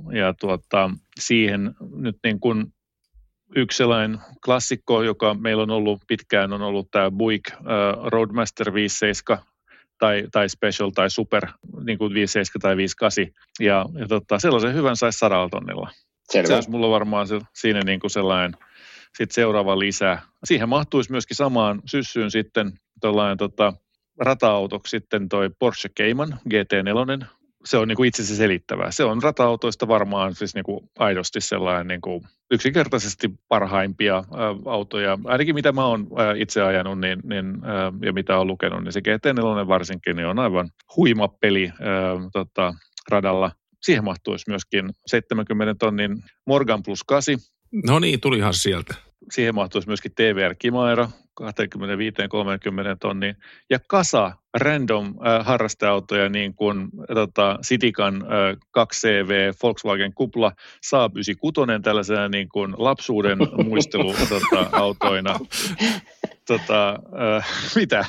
siihen nyt niin kuin yksi sellainen klassikko, joka meillä on ollut pitkään, on ollut tämä Buick Roadmaster 57 tai Special tai Super niin kuin 57 tai 58 ja sellaisen hyvän saisi 100 tonnilla. Selvä. Se olisi mulla varmaan siinä niin kuin sellainen sitten seuraava lisä. Siihen mahtuisi myöskin samaan syssyyn sitten rata-autoksi sitten toi Porsche Cayman GT4. Se on niin kuin itsensä selittävää. Se on rata-autoista varmaan siis niin kuin aidosti sellainen niin kuin yksinkertaisesti parhaimpia autoja. Ainakin mitä mä oon itse ajanut ja mitä olen lukenut, niin se GT4 varsinkin niin on aivan huima peli radalla. Siihen mahtuisi myöskin 70 tonnin Morgan Plus 8. No niin, tulihan sieltä. Siihen mahtuisi myöskin TVR Kimaera 25-30 tonniin ja kasa random harrasteautoja niin kuin Citican 2CV, Volkswagen Kupla, Saab 96 tällaisena niin kuin lapsuuden muisteluautoina. Mitä?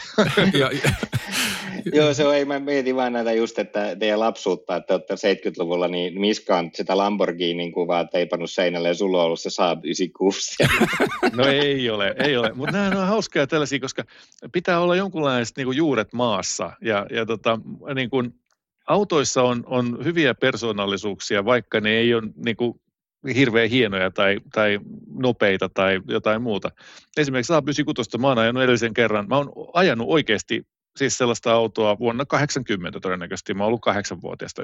Joo, se on, mä mietin vaan näitä just, että teidän lapsuutta, että olette 70-luvulla, niin Miskaan sitä Lamborghinin kuvaa teipannut seinälle ja sulla on ollut se Saab 96. No ei ole. Mutta nämä on hauskoja tällaisia, koska pitää olla jonkunlaiset niin kuin juuret maassa ja niin kuin autoissa on hyviä persoonallisuuksia, vaikka ne ei ole niin kuin hirveän hienoja tai nopeita tai jotain muuta. Esimerkiksi Saab 96 mä oon ajanut edellisen kerran. Mä oon ajanut oikeasti siis sellaista autoa vuonna 80 todennäköisesti. Mä oon ollut 8-vuotiaasta,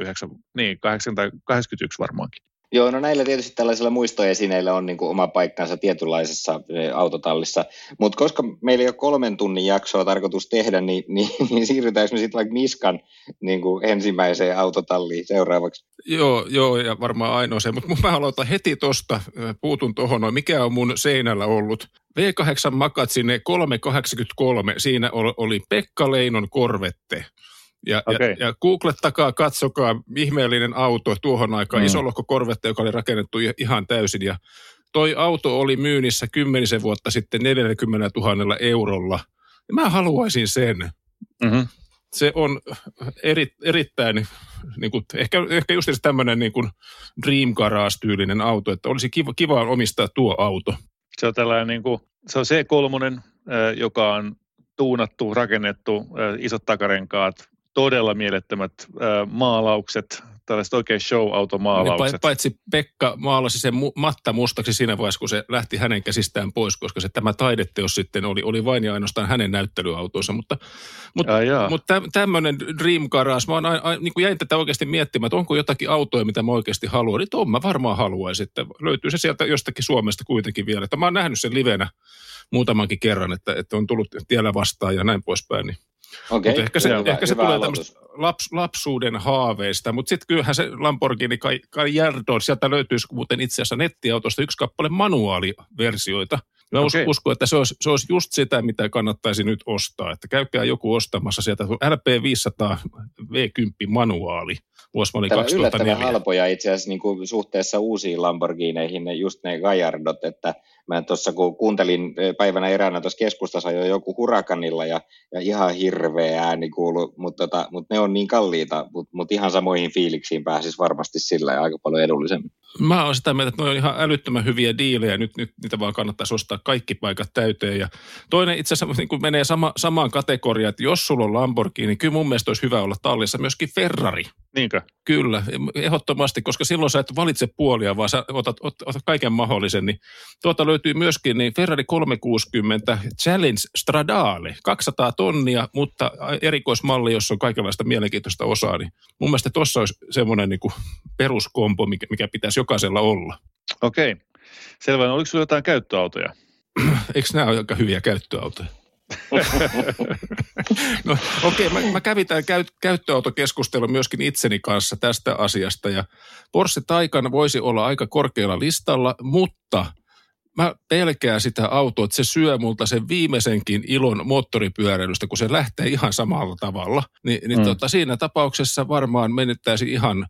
8 tai 81 varmaankin. Joo, no näillä tietysti tällaisilla muistoesineillä on niin kuin oma paikkansa tietynlaisessa autotallissa, mutta koska meillä ei ole 3 tunnin jaksoa tarkoitus tehdä, niin siirrytäänkö me sitten vaikka Miskan niin kuin ensimmäiseen autotalliin seuraavaksi? Joo, ja varmaan ainoa se, mutta mä aloitan heti tuosta, puutun tuohon, mikä on mun seinällä ollut. V8 Magazine 383, siinä oli Pekka Leinon Corvette. Ja googlettakaa, katsokaa, ihmeellinen auto tuohon aikaan, isolohko Corvette, joka oli rakennettu ihan täysin. Ja toi auto oli myynnissä 10 vuotta sitten 40 000 eurolla. Ja mä haluaisin sen. Mm-hmm. Se on erittäin, niin kuin, ehkä just tämmöinen niin kuin Dream Garage-tyylinen auto, että olisi kiva omistaa tuo auto. Se on tällainen, niin kuin, se on C3, joka on tuunattu, rakennettu, isot takarenkaat, todella mielettömät maalaukset, tällaiset oikein show-automaalaukset. Paitsi Pekka maalasi sen matta mustaksi siinä vaiheessa, kun se lähti hänen käsistään pois, koska tämä taideteos sitten oli vain ja ainoastaan hänen näyttelyautonsa. Mutta tämmöinen Dream Garage, mä niin jäin tätä oikeasti miettimään, että onko jotakin autoja, mitä mä oikeasti haluan. Niin mä varmaan haluaisin, että löytyy se sieltä jostakin Suomesta kuitenkin vielä. Että mä oon nähnyt sen livenä muutamankin kerran, että on tullut tiellä vastaan ja näin poispäin. Niin Okei, Ehkä se tulee tämmöistä lapsuuden haaveista, mutta sitten kyllähän se Lamborghini Gallardo, sieltä löytyisi muuten itse asiassa nettiautosta 1 kappale manuaaliversioita. Mä uskon, että se olisi just sitä, mitä kannattaisi nyt ostaa. Että käykää joku ostamassa sieltä LP500 V10 manuaali. Vuosi oli 2004. Yllättävän halpoja itse asiassa niin kuin suhteessa uusiin Lamborghineihin, just ne Gallardot, että mä tuossa kun kuuntelin päivänä eräänä tuossa keskustassa jo joku Huracanilla ja ihan hirveä ääni kuului, mutta ne on niin kalliita, mutta ihan samoihin fiiliksiin pääsisi varmasti sillä ja aika paljon edullisemmin. Mä oon sitä mieltä, että ne on ihan älyttömän hyviä diilejä, nyt niitä vaan kannattaisi ostaa kaikki paikat täyteen. Ja toinen itse asiassa niin kun menee samaan kategoriaan, että jos sulla on Lamborghini, niin kyllä mun mielestä olisi hyvä olla tallissa myöskin Ferrari. Niinkö? Kyllä, ehdottomasti, koska silloin sä et valitse puolia, vaan sä otat kaiken mahdollisen. Niin tuota löytyy myöskin niin Ferrari 360 Challenge Stradale, 200 tonnia, mutta erikoismalli, jossa on kaikenlaista mielenkiintoista osaa. Niin mun mielestä tuossa olisi semmoinen niin kuin peruskompo, mikä pitäisi jokaisella olla. Okei. Selvä. Oliko sinulla jotain käyttöautoja? Eikö nämä ole aika hyviä käyttöautoja? No okei, mä kävin tämän käyttöautokeskustelun myöskin itseni kanssa tästä asiasta ja Porsche Taycan voisi olla aika korkealla listalla, mutta mä pelkään sitä autoa, että se syö multa sen viimeisenkin ilon moottoripyöräilystä, kun se lähtee ihan samalla tavalla. Siinä tapauksessa varmaan menettäisi ihan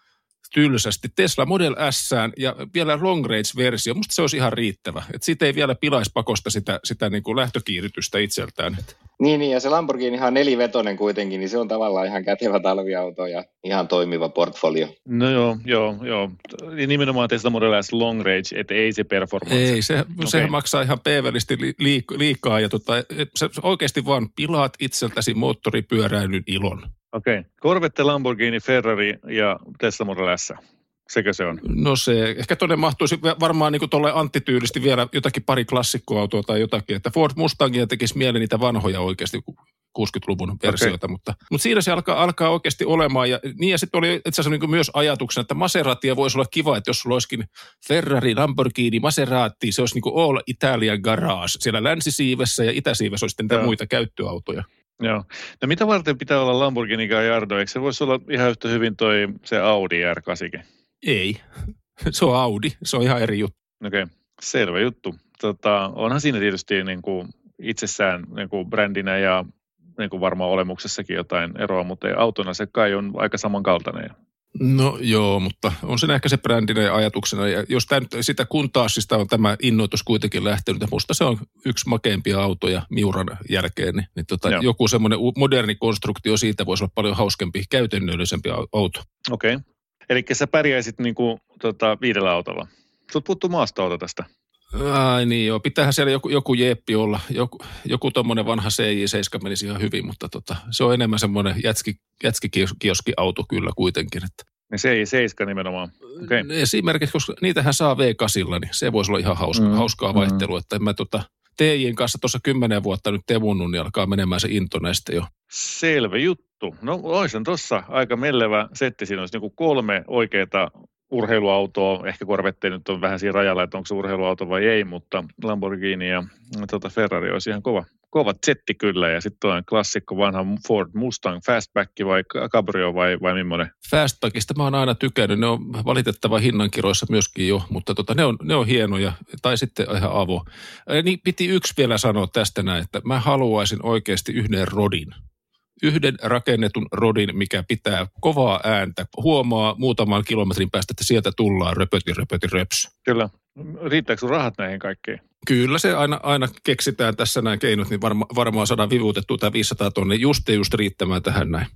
tylsästi Tesla Model S:ään ja vielä long range-versio. Musta se olisi ihan riittävä. Että siitä ei vielä pilaisi pakosta sitä niin kuin lähtökiihdytystä itseltään. Niin, ja se Lamborghini ihan nelivetonen kuitenkin, niin se on tavallaan ihan kätevä talviauto ja ihan toimiva portfolio. No joo. Nimenomaan Tesla Model S long range, että ei se performance. Ei, sehän maksaa ihan peevelisti liikaa ja se oikeasti vaan pilaat itseltäsi moottoripyöräilyn ilon. Okei. Corvette, Lamborghini, Ferrari ja Tesla Model S. Sekö se on? No se, ehkä tuonne mahtuisi varmaan niin kuin tuolle anttityylisti vielä jotakin pari klassikkoautoa tai jotakin, että Ford Mustangia tekisi mieli niitä vanhoja oikeasti 60-luvun versioita, mutta siinä se alkaa oikeasti olemaan. Ja sitten oli itse asiassa niin myös ajatuksena, että Maseratia voisi olla kiva, että jos sulla olisikin Ferrari, Lamborghini, Maserati, se olisi niin kuin all Italian garage. Siellä länsisiivessä ja itäsiivessä olisi sitten muita käyttöautoja. Joo. No mitä varten pitää olla Lamborghini Gallardo? Eikö se voisi olla ihan yhtä hyvin se Audi R8? Ei. Se on Audi. Se on ihan eri juttu. Okei. Selvä juttu. Onhan siinä tietysti niin kuin itsessään niin kuin brändinä ja niin kuin varmaan olemuksessakin jotain eroa, mutta autona se kai on aika samankaltainen. No joo, mutta on siinä ehkä se brändinä ja ajatuksena. Ja jos sitä Countachista on tämä innoitus kuitenkin lähtenyt, ja musta se on yksi makeimpia autoja Miuran jälkeen, niin joku semmoinen moderni konstruktio siitä voisi olla paljon hauskempi, käytännöllisempi auto. Okei. Eli sä pärjäisit niin kuin, 5 autolla. Sut puuttuu maastoauto tästä. Ai niin joo, pitäähän siellä joku jeeppi olla, joku tommonen vanha CJ7 menisi ihan hyvin, mutta se on enemmän semmoinen jätskikioskiauto kyllä kuitenkin. Että. CJ7 nimenomaan, okei. Okay. Esimerkiksi, koska niitähän saa V8, niin se voisi olla ihan hauskaa vaihtelua, että mä TJ:n kanssa tuossa 10 vuotta nyt tevunnut, niin alkaa menemään se into näistä jo. Selvä juttu. No olisin tuossa aika mellevä setti, siinä olisi 3 oikeaa urheiluautoa, ehkä Corvette nyt on vähän siinä rajalla, että onko se urheiluauto vai ei, mutta Lamborghini ja Ferrari olisi ihan kova setti kyllä, ja sitten on klassikko vanha Ford Mustang Fastback vai Cabrio vai millainen? Fastbackista mä oon aina tykännyt, ne on valitettava hinnankiroissa myöskin jo, mutta ne on hienoja, tai sitten ihan avo. Niin piti yksi vielä sanoa tästä näin, että mä haluaisin oikeasti yhden rakennetun rodin, mikä pitää kovaa ääntä. Huomaa muutaman kilometrin päästä, että sieltä tullaan röpöti. Kyllä. Riittääkö sun rahat näihin kaikkiin? Kyllä se aina keksitään tässä näin keinot, niin varmaan saadaan vivuutettua tämä 500 tonnia just riittämään tähän näin.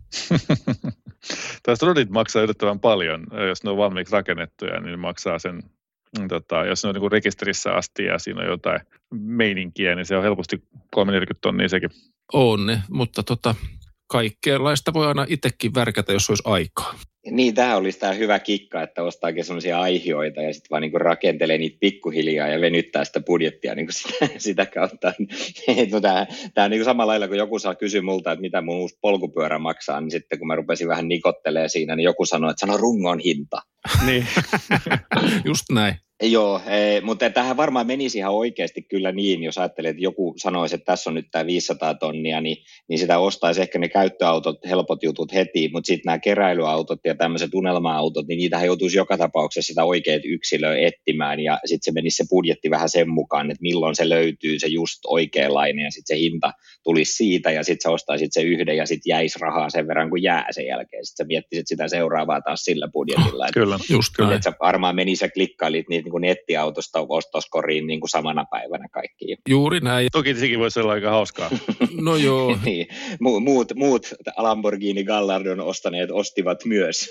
Tästä rodit maksaa yllättävän paljon, jos ne on valmiiksi rakennettuja, niin maksaa sen, jos ne on niin rekisterissä asti ja siinä on jotain meininkiä, niin se on helposti 3-40 tonnia sekin. On ne, mutta kaikkeenlaista voi aina itsekin värkätä, jos olisi aikaa. Niin, tämä olisi tämä hyvä kikka, että ostaakin sellaisia aihioita ja sitten vaan niin rakentelee niitä pikkuhiljaa ja venyttää sitä budjettia niin sitä kautta. Tämä on niin samalla lailla, kun joku saa kysyä multa, että mitä mun uusi polkupyörä maksaa, niin sitten kun mä rupesin vähän nikottelemaan siinä, niin joku sanoi, että sano rungon hinta. Niin. Just näin. Joo, mutta tähän varmaan menisi ihan oikeasti kyllä niin, jos ajattelee, että joku sanoisi, että tässä on nyt tämä 500 tonnia, niin sitä ostaisi ehkä ne käyttöautot, helpot jutut heti, mutta sitten nämä keräilyautot ja tämmöiset unelma-autot, niin niitähän joutuisi joka tapauksessa sitä oikeat yksilöä etsimään, ja sitten se menisi se budjetti vähän sen mukaan, että milloin se löytyy se just oikeanlainen, ja sitten se hinta tulisi siitä, ja sitten sä ostaisit se yhden, ja sitten jäisi rahaa sen verran, kun jää sen jälkeen. Sitten sä miettisit sitä seuraavaa taas sillä budjetilla. Kyllä, just näin. Että sä varmaan menisi ja klikkailit niitä niin kuin nettiautosta ostoskoriin niin kuin samana päivänä kaikki. Juuri näin. Toki sekin voisi olla aika hauskaa. No joo. Niin. Muut Lamborghini Gallardon ostaneet ostivat myös.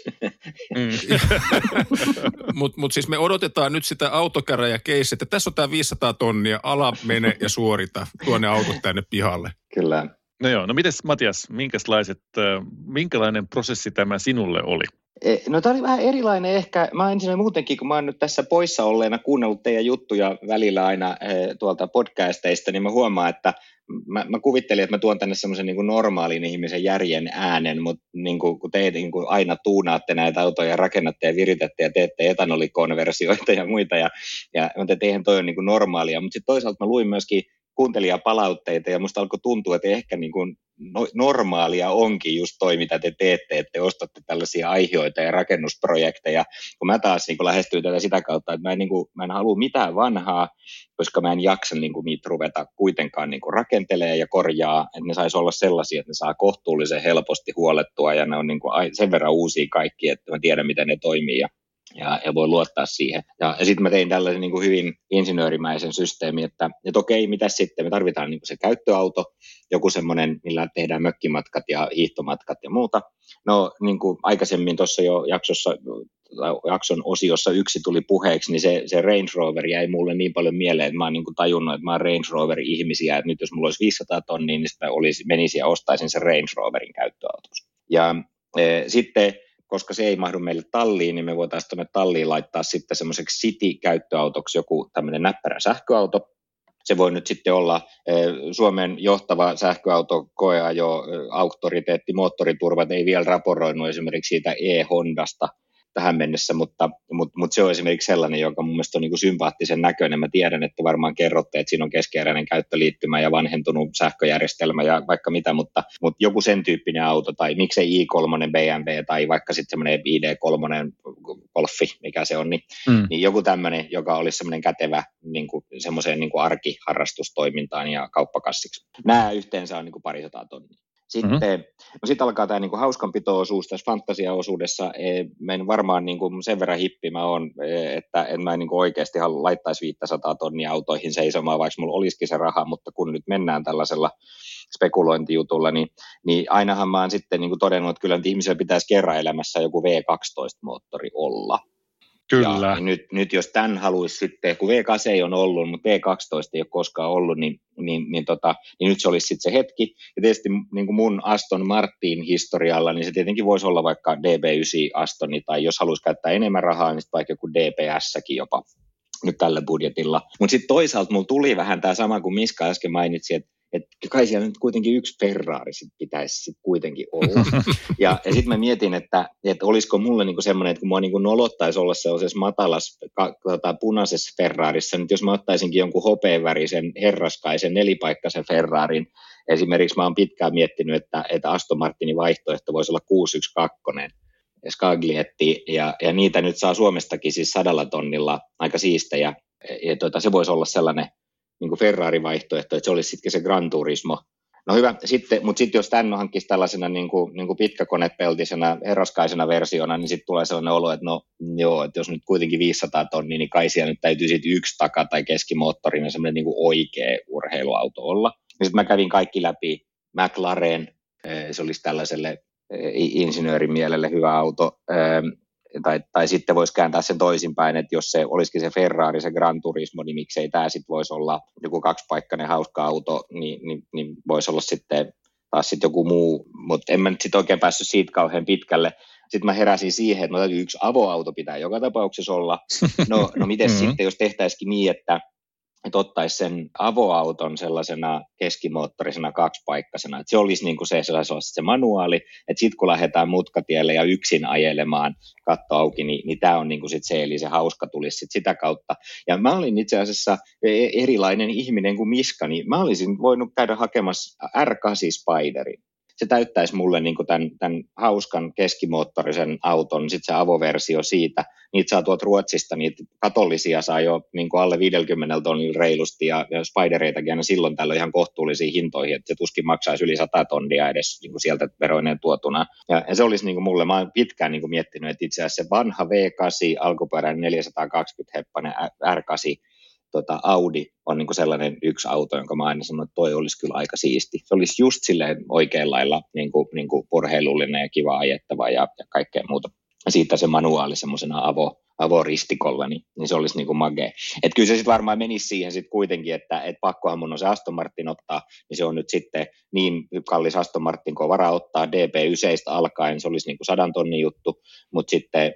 Mut siis me odotetaan nyt sitä autokäräjäkeisiä, että tässä on tämä 500 tonnia, ala mene ja suorita, tuo ne autot tänne pihalle. Kyllä. No joo, no mites Matias, minkälainen prosessi tämä sinulle oli? No tämä oli vähän erilainen ehkä. Mä ensin muutenkin, kun mä oon nyt tässä poissa olleena kuunnellut teidän juttuja välillä aina tuolta podcasteista, niin mä huomaan, että mä kuvittelin, että mä tuon tänne semmoisen niin kuin normaalin ihmisen järjen äänen, mutta niin kuin, kun te niin kuin aina tuunaatte näitä autoja, rakennatte ja viritätte ja teette etanolikonversioita ja muita, ja eihän toi on niin kuin normaalia, mutta sitten toisaalta mä luin myöskin kuuntelijapalautteita ja musta alkoi tuntua, että ehkä niin kuin normaalia onkin just toi, mitä te teette, että te ostatte tällaisia aiheita ja rakennusprojekteja, kun mä taas niin kuin lähestyin tätä sitä kautta, että mä en halua mitään vanhaa, koska mä en jaksa niin kuin niitä ruveta kuitenkaan niin kuin rakentelee ja korjaa, että ne saisi olla sellaisia, että ne saa kohtuullisen helposti huolettua ja ne on niin kuin sen verran uusia kaikki, että mä tiedän, miten ne toimii ja voi luottaa siihen. Ja sitten mä tein tällaisen niin kuin hyvin insinöörimäisen systeemin, että okei, mitä sitten, me tarvitaan niin kuin se käyttöauto, joku semmoinen, millä tehdään mökkimatkat ja hiihtomatkat ja muuta. No niin kuin aikaisemmin tuossa jo jakson osiossa yksi tuli puheeksi, niin se Range Rover jäi mulle niin paljon mieleen, että mä oon niin kuin tajunnut, että mä oon Range Rover-ihmisiä, että nyt jos mulla olisi 500 tonnia, niin sitten menisi ja ostaisin sen Range Roverin käyttöautos. Ja sitten koska se ei mahdu meille talliin, niin me voitaisiin tuonne talliin laittaa sitten semmoiseksi city-käyttöautoksi joku tämmöinen näppärä sähköauto. Se voi nyt sitten olla Suomen johtava sähköauto-koeajo, auktoriteetti, moottoriturvat ei vielä raporoinut esimerkiksi siitä e-Hondasta tähän mennessä, mutta se on esimerkiksi sellainen, joka mun mielestä on niin kuin sympaattisen näköinen. Mä tiedän, että varmaan kerrotte, että siinä on keskeeräinen käyttöliittymä ja vanhentunut sähköjärjestelmä ja vaikka mitä, mutta joku sen tyyppinen auto tai miksei i3 BMW tai vaikka sitten semmoinen ID3 Golfi, mikä se on, niin joku tämmöinen, joka olisi semmoinen kätevä niin kuin semmoiseen niin kuin arkiharrastustoimintaan ja kauppakassiksi. Nämä yhteensä on niin kuin 200 tonnia. Sitten alkaa tämä niinku hauskanpito-osuus tässä fantasiaosuudessa. Mä en varmaan niinku sen verran hippi mä oon, että en mä niinku oikeasti laittaisi 500 tonnia autoihin seisomaan, vaikka mulla olisikin se raha, mutta kun nyt mennään tällaisella spekulointijutulla, niin ainahan mä oon sitten niinku todennut, että kyllä nyt ihmisellä pitäisi kerran elämässä joku V12-moottori olla. Kyllä. Ja nyt jos tämän haluaisi sitten, kun V8 ei ole ollut, mutta V12 ei ole koskaan ollut, niin nyt se olisi sitten se hetki. Ja tietysti niin kuin mun Aston Martin historialla, niin se tietenkin voisi olla vaikka DB9 Astoni, tai jos haluaisi käyttää enemmän rahaa, niin vaikka joku DPS-kin jopa nyt tällä budjetilla. Mutta sitten toisaalta mulla tuli vähän tämä sama kuin Miska äsken mainitsi, että kai siellä nyt kuitenkin yksi Ferrari pitäisi sit kuitenkin olla. Ja sitten mä mietin, että olisiko mulle niinku semmoinen, että kun mua niinku nolottaisi olla sellaisessa matalassa punaisessa Ferrarissa, nyt jos mä ottaisinkin jonkun hopeavärisen herraskaisen nelipaikkaisen Ferrarin, esimerkiksi mä oon pitkään miettinyt, että Aston Martinin vaihtoehto voisi olla 612 Scaglietti, ja niitä nyt saa Suomestakin siis 100 tonnilla aika siistejä, ja se voisi olla sellainen niin kuin Ferrari-vaihtoehto, että se olisi sitten se Gran Turismo. No hyvä, mutta sitten jos tämän hankkisi tällaisena niin kuin pitkäkonepeltisena, herraskaisena versiona, niin sitten tulee sellainen olo, että no joo, että jos nyt kuitenkin 500 tonnia, niin kai siellä nyt täytyy sitten yksi taka- tai keskimoottorinen semmoinen niin kuin oikea urheiluauto olla. Ja sitten mä kävin kaikki läpi McLaren, se olisi tällaiselle insinöörin mielelle hyvä auto, tai sitten voisi kääntää sen toisinpäin, että jos se olisikin se Ferrari, se Gran Turismo, niin miksei tämä sitten voisi olla joku kaksipaikkainen hauska auto, niin voisi olla sitten taas sitten joku muu, mutta en mä nyt sitten oikein päässyt siitä kauhean pitkälle. Sitten mä heräsin siihen, että täytyy yksi avoauto pitää joka tapauksessa olla. No miten sitten, jos tehtäisikin niin, että että ottaisi sen avoauton sellaisena keskimoottorisena kaksipaikkaisena. Että se olisi niin kuin se manuaali, että sitten kun lähdetään mutkatielle ja yksin ajelemaan katto auki, niin tämä on niin kuin sit se, eli se hauska tulisi sit sitä kautta. Ja mä olin itse asiassa erilainen ihminen kuin Miska, niin mä olisin voinut käydä hakemassa R8 Spiderin. Se täyttäisi mulle niin kuin tämän hauskan keskimoottorisen auton, sitten se avoversio siitä. Niitä saa tuolta Ruotsista, niitä katollisia saa jo niin kuin alle 50 tonnilla reilusti, ja Spidereitakin aina silloin tällöin ihan kohtuullisiin hintoihin, että se tuskin maksaisi yli 100 tonnia edes niin kuin sieltä veroineen tuotuna. Ja se olisi niin kuin mulle, mä olen pitkään niin kuin miettinyt, että itse asiassa se vanha V8, alkuperäinen 420-heppainen R8, Audi on niin kuin sellainen yksi auto, jonka mä aina sanon, että toi olisi kyllä aika siisti. Se olisi just silleen oikein lailla niin kuin urheilullinen ja kiva ajettava ja kaikkea muuta. Ja siitä se manuaali semmoisena avoristikolla, niin se olisi niin kuin magea. Että kyllä se sitten varmaan menisi siihen sitten kuitenkin, että pakkohan mun on se Aston Martin ottaa, niin se on nyt sitten niin kallis Aston Martin, kun on varaa ottaa DP9 alkaen, se olisi niin kuin 100 tonnin juttu, mutta sitten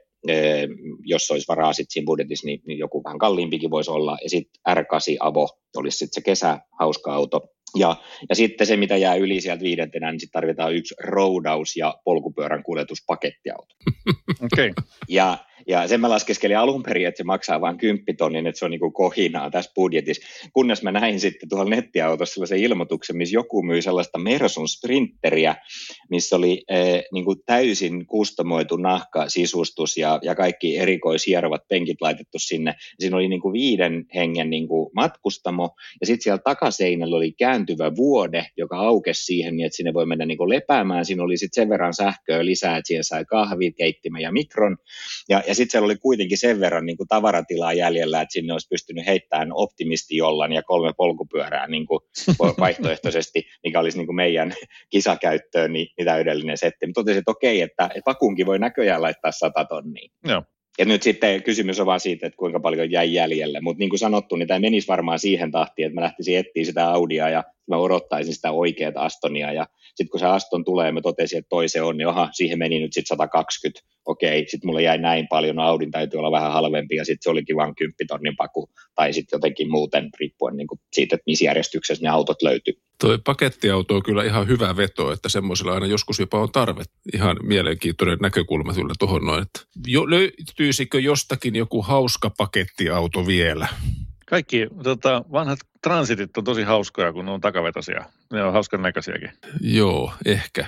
jos olisi varaa sitten siinä budjetissa, niin joku vähän kalliimpikin voisi olla. Ja sitten R8 Avo olisi sitten se kesähauska auto. Ja sitten se, mitä jää yli sieltä 5. niin sitten tarvitaan yksi roudaus- ja polkupyörän kuljetuspakettiauto. Okay. Ja sen mä laskeskelin alun perin, että se maksaa vain 10 tonnin, että se on niin kuin kohinaa tässä budjetissa. Kunnes mä näin sitten tuolla nettiautossa sellaisen ilmoituksen, missä joku myi sellaista Mersun Sprinteriä, missä oli niin kuin täysin kustomoitu nahkasisustus ja kaikki erikoishierovat penkit laitettu sinne. Siinä oli niin kuin 5 hengen niin kuin matkustamo, ja sitten siellä takaseinällä oli kääntyvä vuode, joka aukesi siihen, niin että sinne voi mennä niin kuin lepäämään. Siinä oli sitten sen verran sähköä lisää, että siihen sai kahvit, keittimen ja mikron. Ja sitten siellä oli kuitenkin sen verran niin kuin tavaratilaa jäljellä, että sinne olisi pystynyt heittämään optimistijollan ja 3 polkupyörää niin kuin vaihtoehtoisesti, mikä olisi niin kuin meidän kisakäyttöön niin täydellinen setti. Mutta totesin, että okei, että pakunkin voi näköjään laittaa 100 tonnia. Joo. Ja nyt sitten kysymys on vaan siitä, että kuinka paljon jäi jäljelle. Mutta niin kuin sanottu, niin tämä menisi varmaan siihen tahtiin, että mä lähtisin etsiä sitä Audia ja mä odottaisin sitä oikeaa Astonia. Ja sitten kun se Aston tulee, mä totesin, että toi se on, niin siihen meni nyt sitten 120. Okei, sitten mulle jäi näin paljon, no Audin täytyy olla vähän halvempi ja sitten se olikin vaan 10 tonnin paku. Tai sitten jotenkin muuten, riippuen niin kuin siitä, että missä järjestyksessä ne autot löytyy. Toi pakettiauto on kyllä ihan hyvä veto, että semmoisella aina joskus jopa on tarve. Ihan mielenkiintoinen näkökulma kyllä tuohon noin. Löytyisikö jostakin joku hauska pakettiauto vielä? Kaikki vanhat Transitit on tosi hauskoja, kun ne on takavetosia. Ne on hauskan näköisiäkin. Joo, ehkä.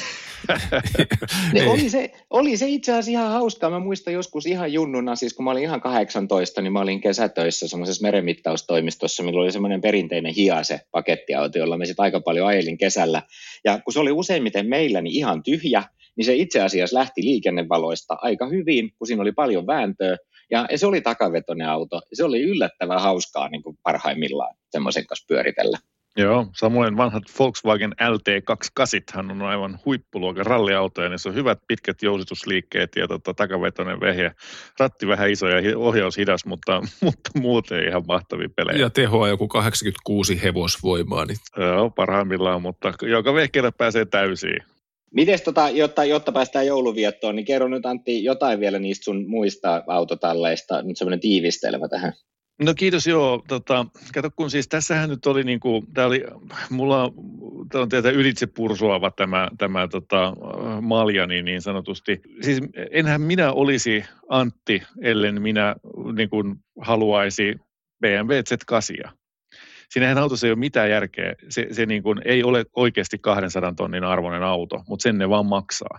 Oli se itse asiassa ihan hauskaa. Mä muistan joskus ihan junnuna, siis kun mä olin ihan 18, niin mä olin kesätöissä semmoisessa merenmittaustoimistossa, millä oli semmoinen perinteinen Hiase pakettiauto, jolla mä sitten aika paljon ajelin kesällä. Ja kun se oli useimmiten meillä niin ihan tyhjä, niin se itse asiassa lähti liikennevaloista aika hyvin, kun siinä oli paljon vääntöä. Ja se oli takavetoinen auto. Se oli yllättävän hauskaa niin kuin parhaimmillaan semmoisen kanssa pyöritellä. Joo, samoin vanhat Volkswagen LT28 on aivan huippuluokan ralliautoja, niin se on hyvät pitkät jousitusliikkeet ja takavetoinen vehje. Ratti vähän iso ja ohjaus hidas, mutta muuten ihan mahtavia pelejä. Ja tehoa joku 86 hevosvoimaa. Niin. Joo, parhaimmillaan, mutta joka vehkeellä pääsee täysiin. Mites jotta päästään jouluviettoon, niin kerro nyt Antti jotain vielä niistä sun muista autotalleista, nyt semmoinen tiivistelmä tähän. No kiitos, joo. Kato, kun siis tässähän nyt oli mulla on teitä ylitse pursuava tämä maljani niin sanotusti. Siis enhän minä olisi Antti, ellen minä niin kuin haluaisi BMW Z8. Siinähän autossa ei ole mitään järkeä. Se niin kuin ei ole oikeasti 200 tonnin arvoinen auto, mutta sen ne vaan maksaa.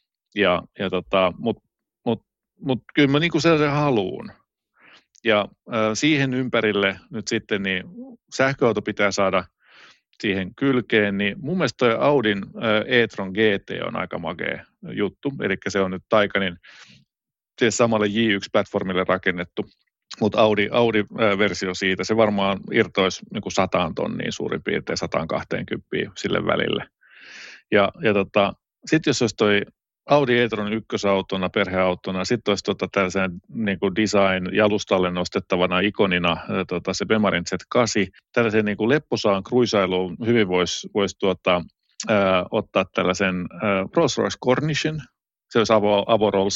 Mutta kyllä mä niin kuin sellaisen haluun. Ja siihen ympärille nyt sitten niin sähköauto pitää saada siihen kylkeen, niin mun mielestä toi Audin e-tron GT on aika makea juttu. Eli se on nyt Taycanin samalle J1-platformille rakennettu. Mutta Audi-versio siitä, se varmaan irtoisi niin kuin 100 tonnia suurin piirtein 120 sille välille. Ja sitten jos olisi toi Audi e-tron ykkösautona, perheautona, sitten olisi tällaisen niin kuin design-jalustalle nostettavana ikonina se Bemarin Z8. Tällaisen niin kuin lepposaan cruisailuun hyvin voisi ottaa tällaisen Rolls-Royce Cornishin. Se olisi avorolssi.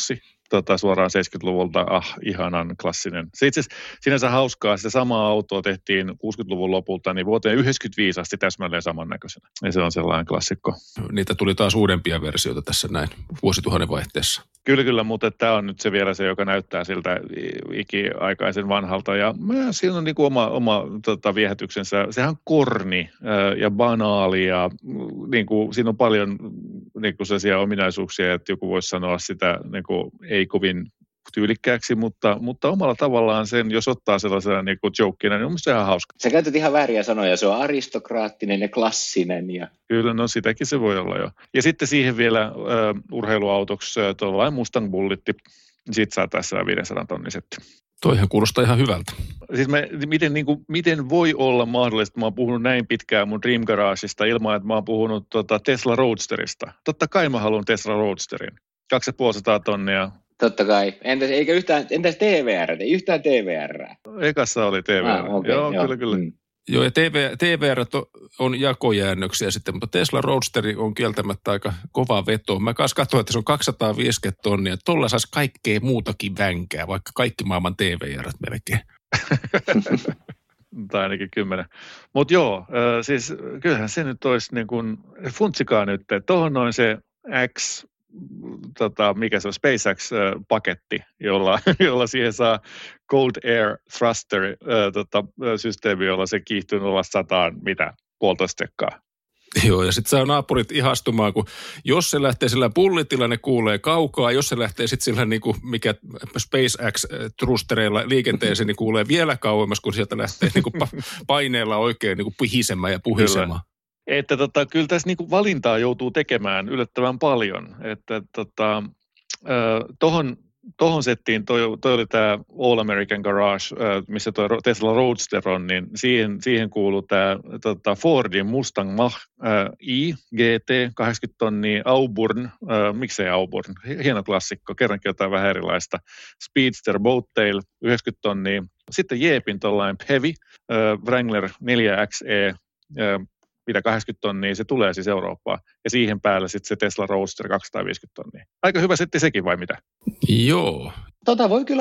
suoraan 70-luvulta, ihanan klassinen. Se itse asiassa sinänsä hauskaa, sitä samaa autoa tehtiin 60-luvun lopulta, niin vuoteen 1995 asti täsmälleen samannäköisenä. Ja se on sellainen klassikko. Niitä tuli taas uudempia versioita tässä näin vuosituhannen vaihteessa. Kyllä, mutta tämä on nyt se vielä se, joka näyttää siltä ikiaikaisen vanhalta. Ja siinä on niin kuin oma viehätyksensä. Sehän on korni ja banaali ja niin kuin, siinä on paljon niin kuin sellaisia ominaisuuksia, että joku voisi sanoa sitä niin kuin, ei kovin tyylikkääksi, mutta omalla tavallaan sen, jos ottaa sellaisena niin kuin jokina, niin on mielestäni ihan hauska. Sä käytät ihan vääriä sanoja, se on aristokraattinen ja klassinen. Ja... Kyllä, no sitäkin se voi olla jo. Ja sitten siihen vielä urheiluautoksi tuollainen Mustang Bullitti, siitä saa tässä 500 tonnin setti. Toihan kuulostaa ihan hyvältä. Siis miten voi olla mahdollista, mä oon puhunut näin pitkään mun Dream Garageista ilman, että mä oon puhunut Tesla Roadsterista. Totta kai mä haluan Tesla Roadsterin. 250 tonnia. Totta kai. Entäs TVR? Ei yhtään TVR. Ekassa oli TVR. Okay, joo, kyllä. Joo, ja TVR on jakojäännöksiä sitten, mutta Tesla Roadsteri on kieltämättä aika kova veto. Mä kanssa katsoin, että se on 250 tonnia. Tuolla saisi kaikkea muutakin vänkää, vaikka kaikki maailman TVR:t melkein. Tai ainakin 10. Mutta joo, siis kyllähän se nyt olisi niin kuin, funtsikaa nyt, että tuohon noin se mikä se on, SpaceX-paketti, jolla siihen saa Cold Air Thruster systeemi, jolla se kiihtyy 0-100, puolitoista sekkaa. Joo, ja sitten saa naapurit ihastumaan, kun jos se lähtee sillä bullitilla, ne kuulee kaukaa. Jos se lähtee sitten sillä, niin kuin, mikä SpaceX-trustereilla liikenteeseen, niin kuulee vielä kauemmas, kun sieltä lähtee niin kuin paineella oikein niin kuin pihisemään ja puhisemaan. Että kyllä tässä niin kuin valintaa joutuu tekemään yllättävän paljon. Että tohon settiin toi oli tämä All American Garage, missä toi Tesla Roadster on, niin siihen kuuluu tämä Fordin Mustang Mach-E GT 80 tonnia, Auburn, miksei Auburn, hieno klassikko, kerrankin jotain vähän erilaista, Speedster Boattail 90 tonnia, sitten Jeepin tollainen Heavy, Wrangler 4XE, 80 tonnia, se tulee siis Eurooppaan. Ja siihen päälle sitten se Tesla Roadster 250 tonnia. Aika hyvä setti sekin vai mitä? Joo. Voi kyllä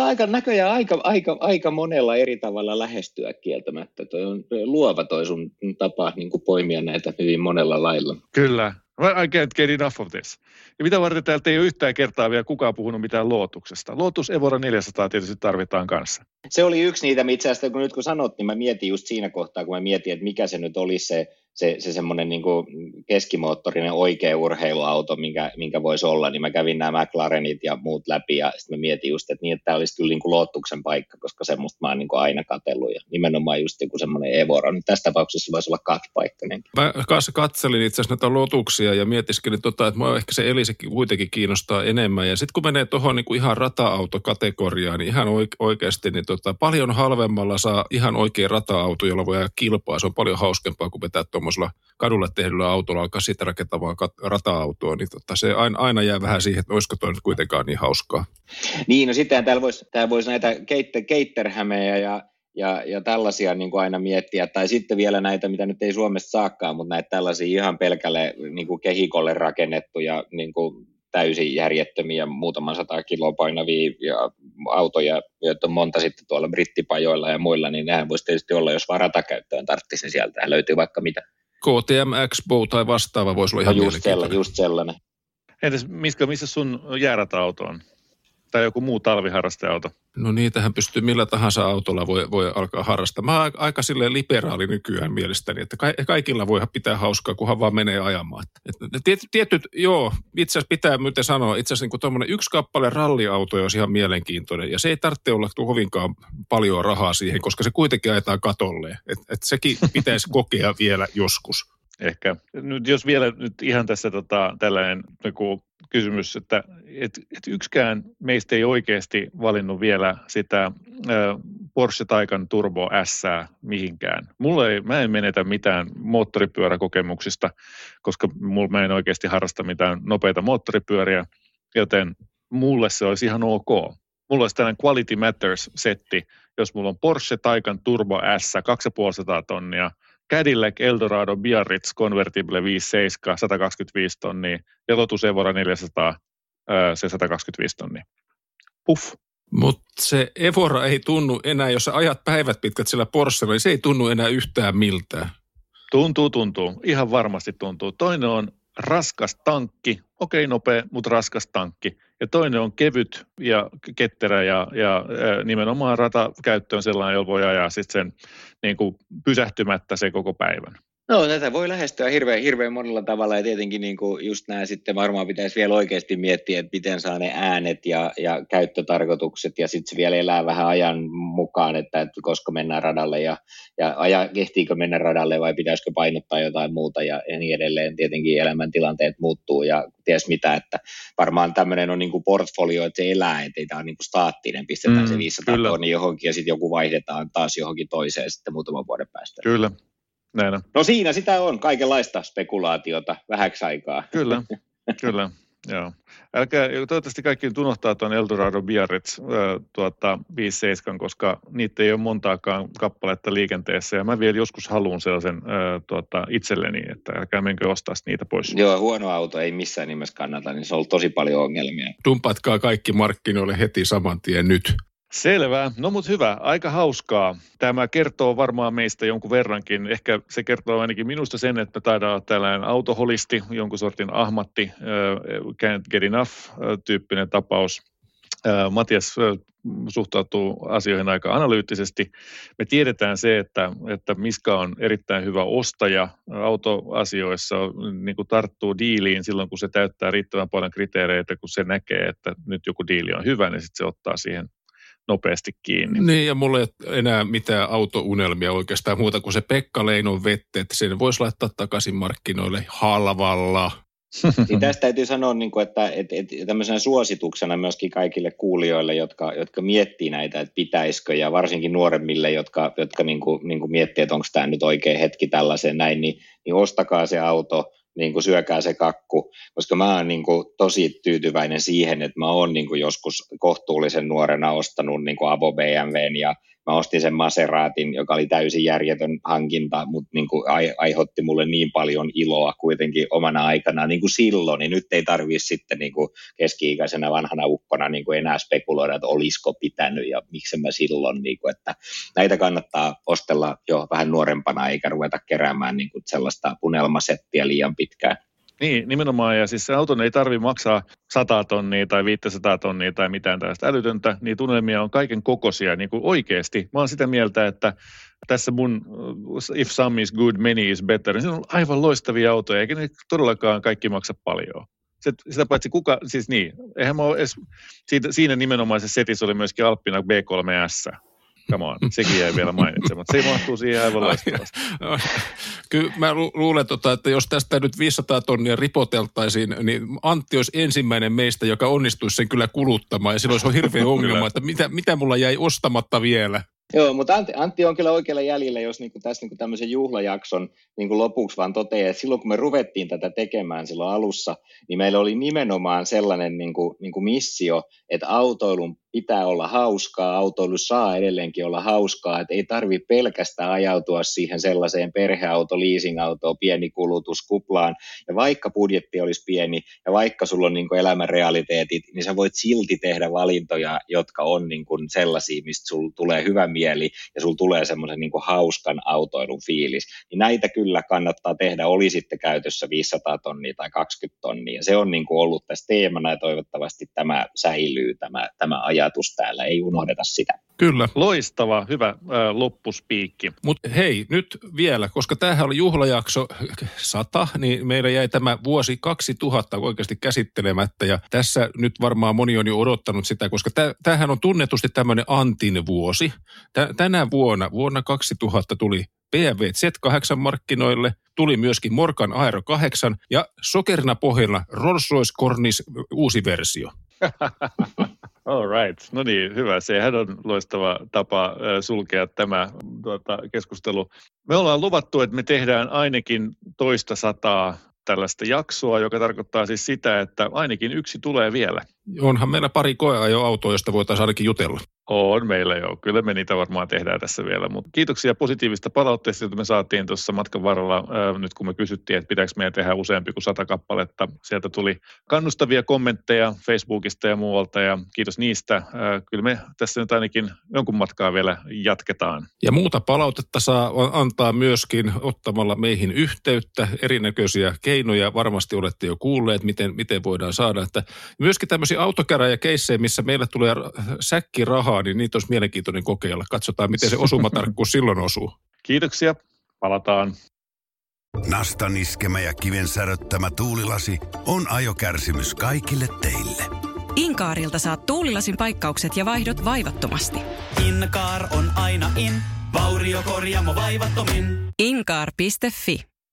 aika monella eri tavalla lähestyä kieltämättä. Toi on luova toi sun tapa niin kuin poimia näitä hyvin monella lailla. Kyllä. I can't get enough of this. Ja mitä varten täältä ei ole yhtään kertaa vielä kukaan puhunut mitään Lotuksesta. Lotus Evora 400 tietysti tarvitaan kanssa. Se oli yksi niitä, itse asiassa kun sanot, niin mä mietin just siinä kohtaa, kun mä mietin, että mikä se nyt olisi se semmoinen niin kuin keskimoottorinen oikea urheiluauto, minkä voisi olla, niin mä kävin nämä McLarenit ja muut läpi, ja sitten mä mietin just, että tämä olisi kyllä niin kuin Lotuksen paikka, koska semmoista mä oon niin kuin aina katsellut, ja nimenomaan just joku semmoinen Evora. Nyt tässä tapauksessa voisi olla kaksipaikkainen. Mä kanssa katselin itse asiassa näitä Lotuksia, ja mietiskelin, että mua ehkä se Elisekin kuitenkin kiinnostaa enemmän, ja sitten kun menee tuohon niin kuin ihan rata-autokategoriaan, niin ihan oikeasti niin paljon halvemmalla saa ihan oikea rata-auto, jolla voi ajaa kilpaa. Se on paljon hauskempaa kuin vetää tuommoisella kadulle tehdyllä autolla, alkaa siitä rakentavaa rata-autoa. Niin se aina jää vähän siihen, että olisiko toi nyt kuitenkaan niin hauskaa. Niin, no sitten täällä voisi näitä Caterhammeja ja tällaisia niin kuin aina miettiä. Tai sitten vielä näitä, mitä nyt ei Suomesta saakaan, mutta näitä tällaisia ihan pelkälle niin kuin kehikolle rakennettuja niin kuin täysin järjettömiä, muutaman 100 kiloa painavia ja autoja, joita on monta sitten tuolla brittipajoilla ja muilla, niin nehän voisi tietysti olla, jos vaan ratakäyttöön tarvitsisi, niin sieltä löytyy vaikka mitä. KTM X-Bow tai vastaava voisi olla ihan mielenkiintoinen. Just sellainen. Entäs missä sun jäärata-auto on? Tai joku muu talviharrasteauto? No niitähän pystyy millä tahansa autolla voi alkaa harrastaa. Mä oon aika silleen liberaali nykyään mielestäni, että kaikilla voi pitää hauskaa, kunhan vaan menee ajamaan. Tietyt, joo, itse asiassa pitää myöten sanoa, itse asiassa niin tuommoinen yksi kappale ralliauto olisi ihan mielenkiintoinen, ja se ei tarvitse olla kovinkaan paljon rahaa siihen, koska se kuitenkin ajetaan katolleen. Et sekin pitäisi kokea vielä joskus. Ehkä. Nyt jos vielä nyt ihan tässä tällainen kysymys, että yksikään meistä ei oikeasti valinnut vielä sitä Porsche Taycan Turbo S:ää mihinkään. Mä en menetä mitään moottoripyöräkokemuksista, koska mä en oikeasti harrasta mitään nopeita moottoripyöriä, joten mulle se olisi ihan ok. Mulla olisi tällainen Quality Matters-setti, jos mulla on Porsche Taycan Turbo S, 250 tonnia, Cadillac Eldorado Biarritz Convertible 5.7, 125 tonnia ja Lotus Evora 400, se 125 tonnia. puff. Mutta se Evora ei tunnu enää, jos sä ajat päivät pitkät sillä Porschella, niin se ei tunnu enää yhtään miltään. Tuntuu. Ihan varmasti tuntuu. Toinen on raskas tankki, okei nopea, mutta raskas tankki. Ja toinen on kevyt ja ketterä ja nimenomaan ratakäyttö on sellainen, jolla voi ajaa sitten sen niin kuin pysähtymättä se koko päivän. No tätä voi lähestyä hirveän monella tavalla ja tietenkin niin kuin just nämä sitten varmaan pitäisi vielä oikeasti miettiä, että miten saa ne äänet ja käyttötarkoitukset ja sitten se vielä elää vähän ajan mukaan, että koska mennään radalle ja ehtiikö mennä radalle vai pitäisikö painottaa jotain muuta ja niin edelleen. Tietenkin elämäntilanteet muuttuu ja ties mitä, että varmaan tämmöinen on niin kuin portfolio, että se elää, että ei tämä ole niin kuin staattinen, pistetään se 500 tonni johonkin ja sitten joku vaihdetaan taas johonkin toiseen sitten muutaman vuoden päästä. Kyllä. Näin on. No siinä sitä on, kaikenlaista spekulaatiota vähäksi aikaa. Kyllä, joo. Toivottavasti kaikki unohtaa tuon Eldorado Biarritz 57, koska niitä ei ole montaakaan kappaletta liikenteessä, ja mä vielä joskus haluan sellaisen itselleni, että älkää menkö ostaa niitä pois. Joo, huono auto ei missään nimessä kannata, niin se on ollut tosi paljon ongelmia. Dumpatkaa kaikki markkinoille heti saman tien nyt. Selvä. No mut hyvä, aika hauskaa. Tämä kertoo varmaan meistä jonkun verrankin. Ehkä se kertoo ainakin minusta sen, että me taidaan olla tällainen autoholisti, jonkun sortin ahmatti, can't get enough-tyyppinen tapaus. Matias suhtautuu asioihin aika analyyttisesti. Me tiedetään se, että Miska on erittäin hyvä ostaja autoasioissa, niin kuin tarttuu diiliin silloin, kun se täyttää riittävän paljon kriteereitä, kun se näkee, että nyt joku diili on hyvä, niin sitten se ottaa siihen nopeasti kiinni. Niin, ja mulla ei ole enää mitään autounelmia oikeastaan muuta kuin se Pekka Leinon vette, että sen voisi laittaa takaisin markkinoille halvalla. Niin tästä täytyy sanoa, että tämmöisenä suosituksena myöskin kaikille kuulijoille, jotka miettii näitä, että pitäisikö, ja varsinkin nuoremmille, jotka miettii, että onko tämä nyt oikea hetki tällaiseen näin, niin ostakaa se auto, niin kuin syökää se kakku, koska mä oon niin kuin tosi tyytyväinen siihen, että mä oon niin kuin joskus kohtuullisen nuorena ostanut niin kuin Abo BMWn ja mä ostin sen Maseratin, joka oli täysin järjetön hankinta, mutta niin kuin aiheutti mulle niin paljon iloa kuitenkin omana aikana niin kuin silloin, niin nyt ei tarvitse sitten niin kuin keski-ikäisenä vanhana ukkona niin kuin enää spekuloida, että olisiko pitänyt ja miksi mä silloin, niin kuin, että näitä kannattaa ostella jo vähän nuorempana eikä ruveta keräämään niin kuin sellaista unelmasettiä liian pitkään. Niin, nimenomaan, ja siis se auton ei tarvitse maksaa 100 tonnia tai 500 tonnia tai mitään tällaista älytöntä, niin tunnelmia on kaiken kokoisia niin kuin oikeasti. Mä oon sitä mieltä, että tässä mun if some is good, many is better, niin se on aivan loistavia autoja, eikä ne todellakaan kaikki maksa paljon. Sitä paitsi eihän mä ole edes, siinä nimenomaisessa setissä oli myöskin Alppina B3S. Come on, sekin jäi vielä mainitsematta. Se mahtuu siihen aivan loistavasti. Kyllä mä luulen, että jos tästä nyt 500 tonnia ripoteltaisiin, niin Antti olisi ensimmäinen meistä, joka onnistuisi sen kyllä kuluttamaan. Ja silloin se on hirveä ongelma, että mitä mulla jäi ostamatta vielä. Joo, mutta Antti on kyllä oikealla jäljellä, jos tässä tämmöisen juhlajakson lopuksi vaan toteaa, että silloin kun me ruvettiin tätä tekemään silloin alussa, niin meillä oli nimenomaan sellainen missio, että autoilun pitää olla hauskaa, autoilu saa edelleenkin olla hauskaa, että ei tarvitse pelkästään ajautua siihen sellaiseen perheauto, leasingautoon, pieni kulutuskuplaan, ja vaikka budjetti olisi pieni, ja vaikka sulla on elämän realiteetit, niin sä voit silti tehdä valintoja, jotka on sellaisia, mistä sulla tulee hyvä mieli, ja sulla tulee semmoisen hauskan autoilun fiilis, niin näitä kyllä kannattaa tehdä, oli sitten käytössä 500 tonnia tai 20 tonnia, ja se on ollut tässä teemana, ja toivottavasti tämä säilyy, tämä ajatus täällä, ei unohdeta sitä. Kyllä. Loistava, hyvä loppuspiikki. Mutta hei, nyt vielä, koska tämähän oli juhlajakso 100, niin meillä jäi tämä vuosi 2000 oikeasti käsittelemättä, ja tässä nyt varmaan moni on jo odottanut sitä, koska tämähän on tunnetusti tämmöinen Antin vuosi. Tänä vuonna 2000 tuli BMW Z8 markkinoille, tuli myöskin Morgan Aero 8 ja sokerina pohjalla Rolls-Royce Corniche uusi versio. All right. No niin, hyvä. Sehän on loistava tapa sulkea tämä keskustelu. Me ollaan luvattu, että me tehdään ainakin 200 tällaista jaksoa, joka tarkoittaa siis sitä, että ainakin yksi tulee vielä. Onhan meillä pari koeajoautoa, josta voitaisiin ainakin jutella. On meillä joo. Kyllä me niitä varmaan tehdään tässä vielä. Mutta kiitoksia positiivista palautteesta, jota me saatiin tuossa matkan varrella. Nyt kun me kysyttiin, että pitääkö meidän tehdä useampi kuin 100 kappaletta. Sieltä tuli kannustavia kommentteja Facebookista ja muualta ja kiitos niistä. Kyllä me tässä nyt ainakin jonkun matkaa vielä jatketaan. Ja muuta palautetta saa antaa myöskin ottamalla meihin yhteyttä. Erinäköisiä keinoja varmasti olette jo kuulleet, miten voidaan saada. Että myöskin tämmöisiä autokäräjäkeissejä, missä meillä tulee säkkirahaa, niin niitä olisi mielenkiintoinen kokeilla. Katsotaan, miten se osumatarkkuus silloin osuu. Kiitoksia. Palataan. Nastan iskemä ja kiven säröttämä tuulilasi on ajokärsimys kaikille teille. Inkaarilta saat tuulilasin paikkaukset ja vaihdot vaivattomasti. Inkaar on aina in, vauriokorjaamo vaivattomin. Inkaar.fi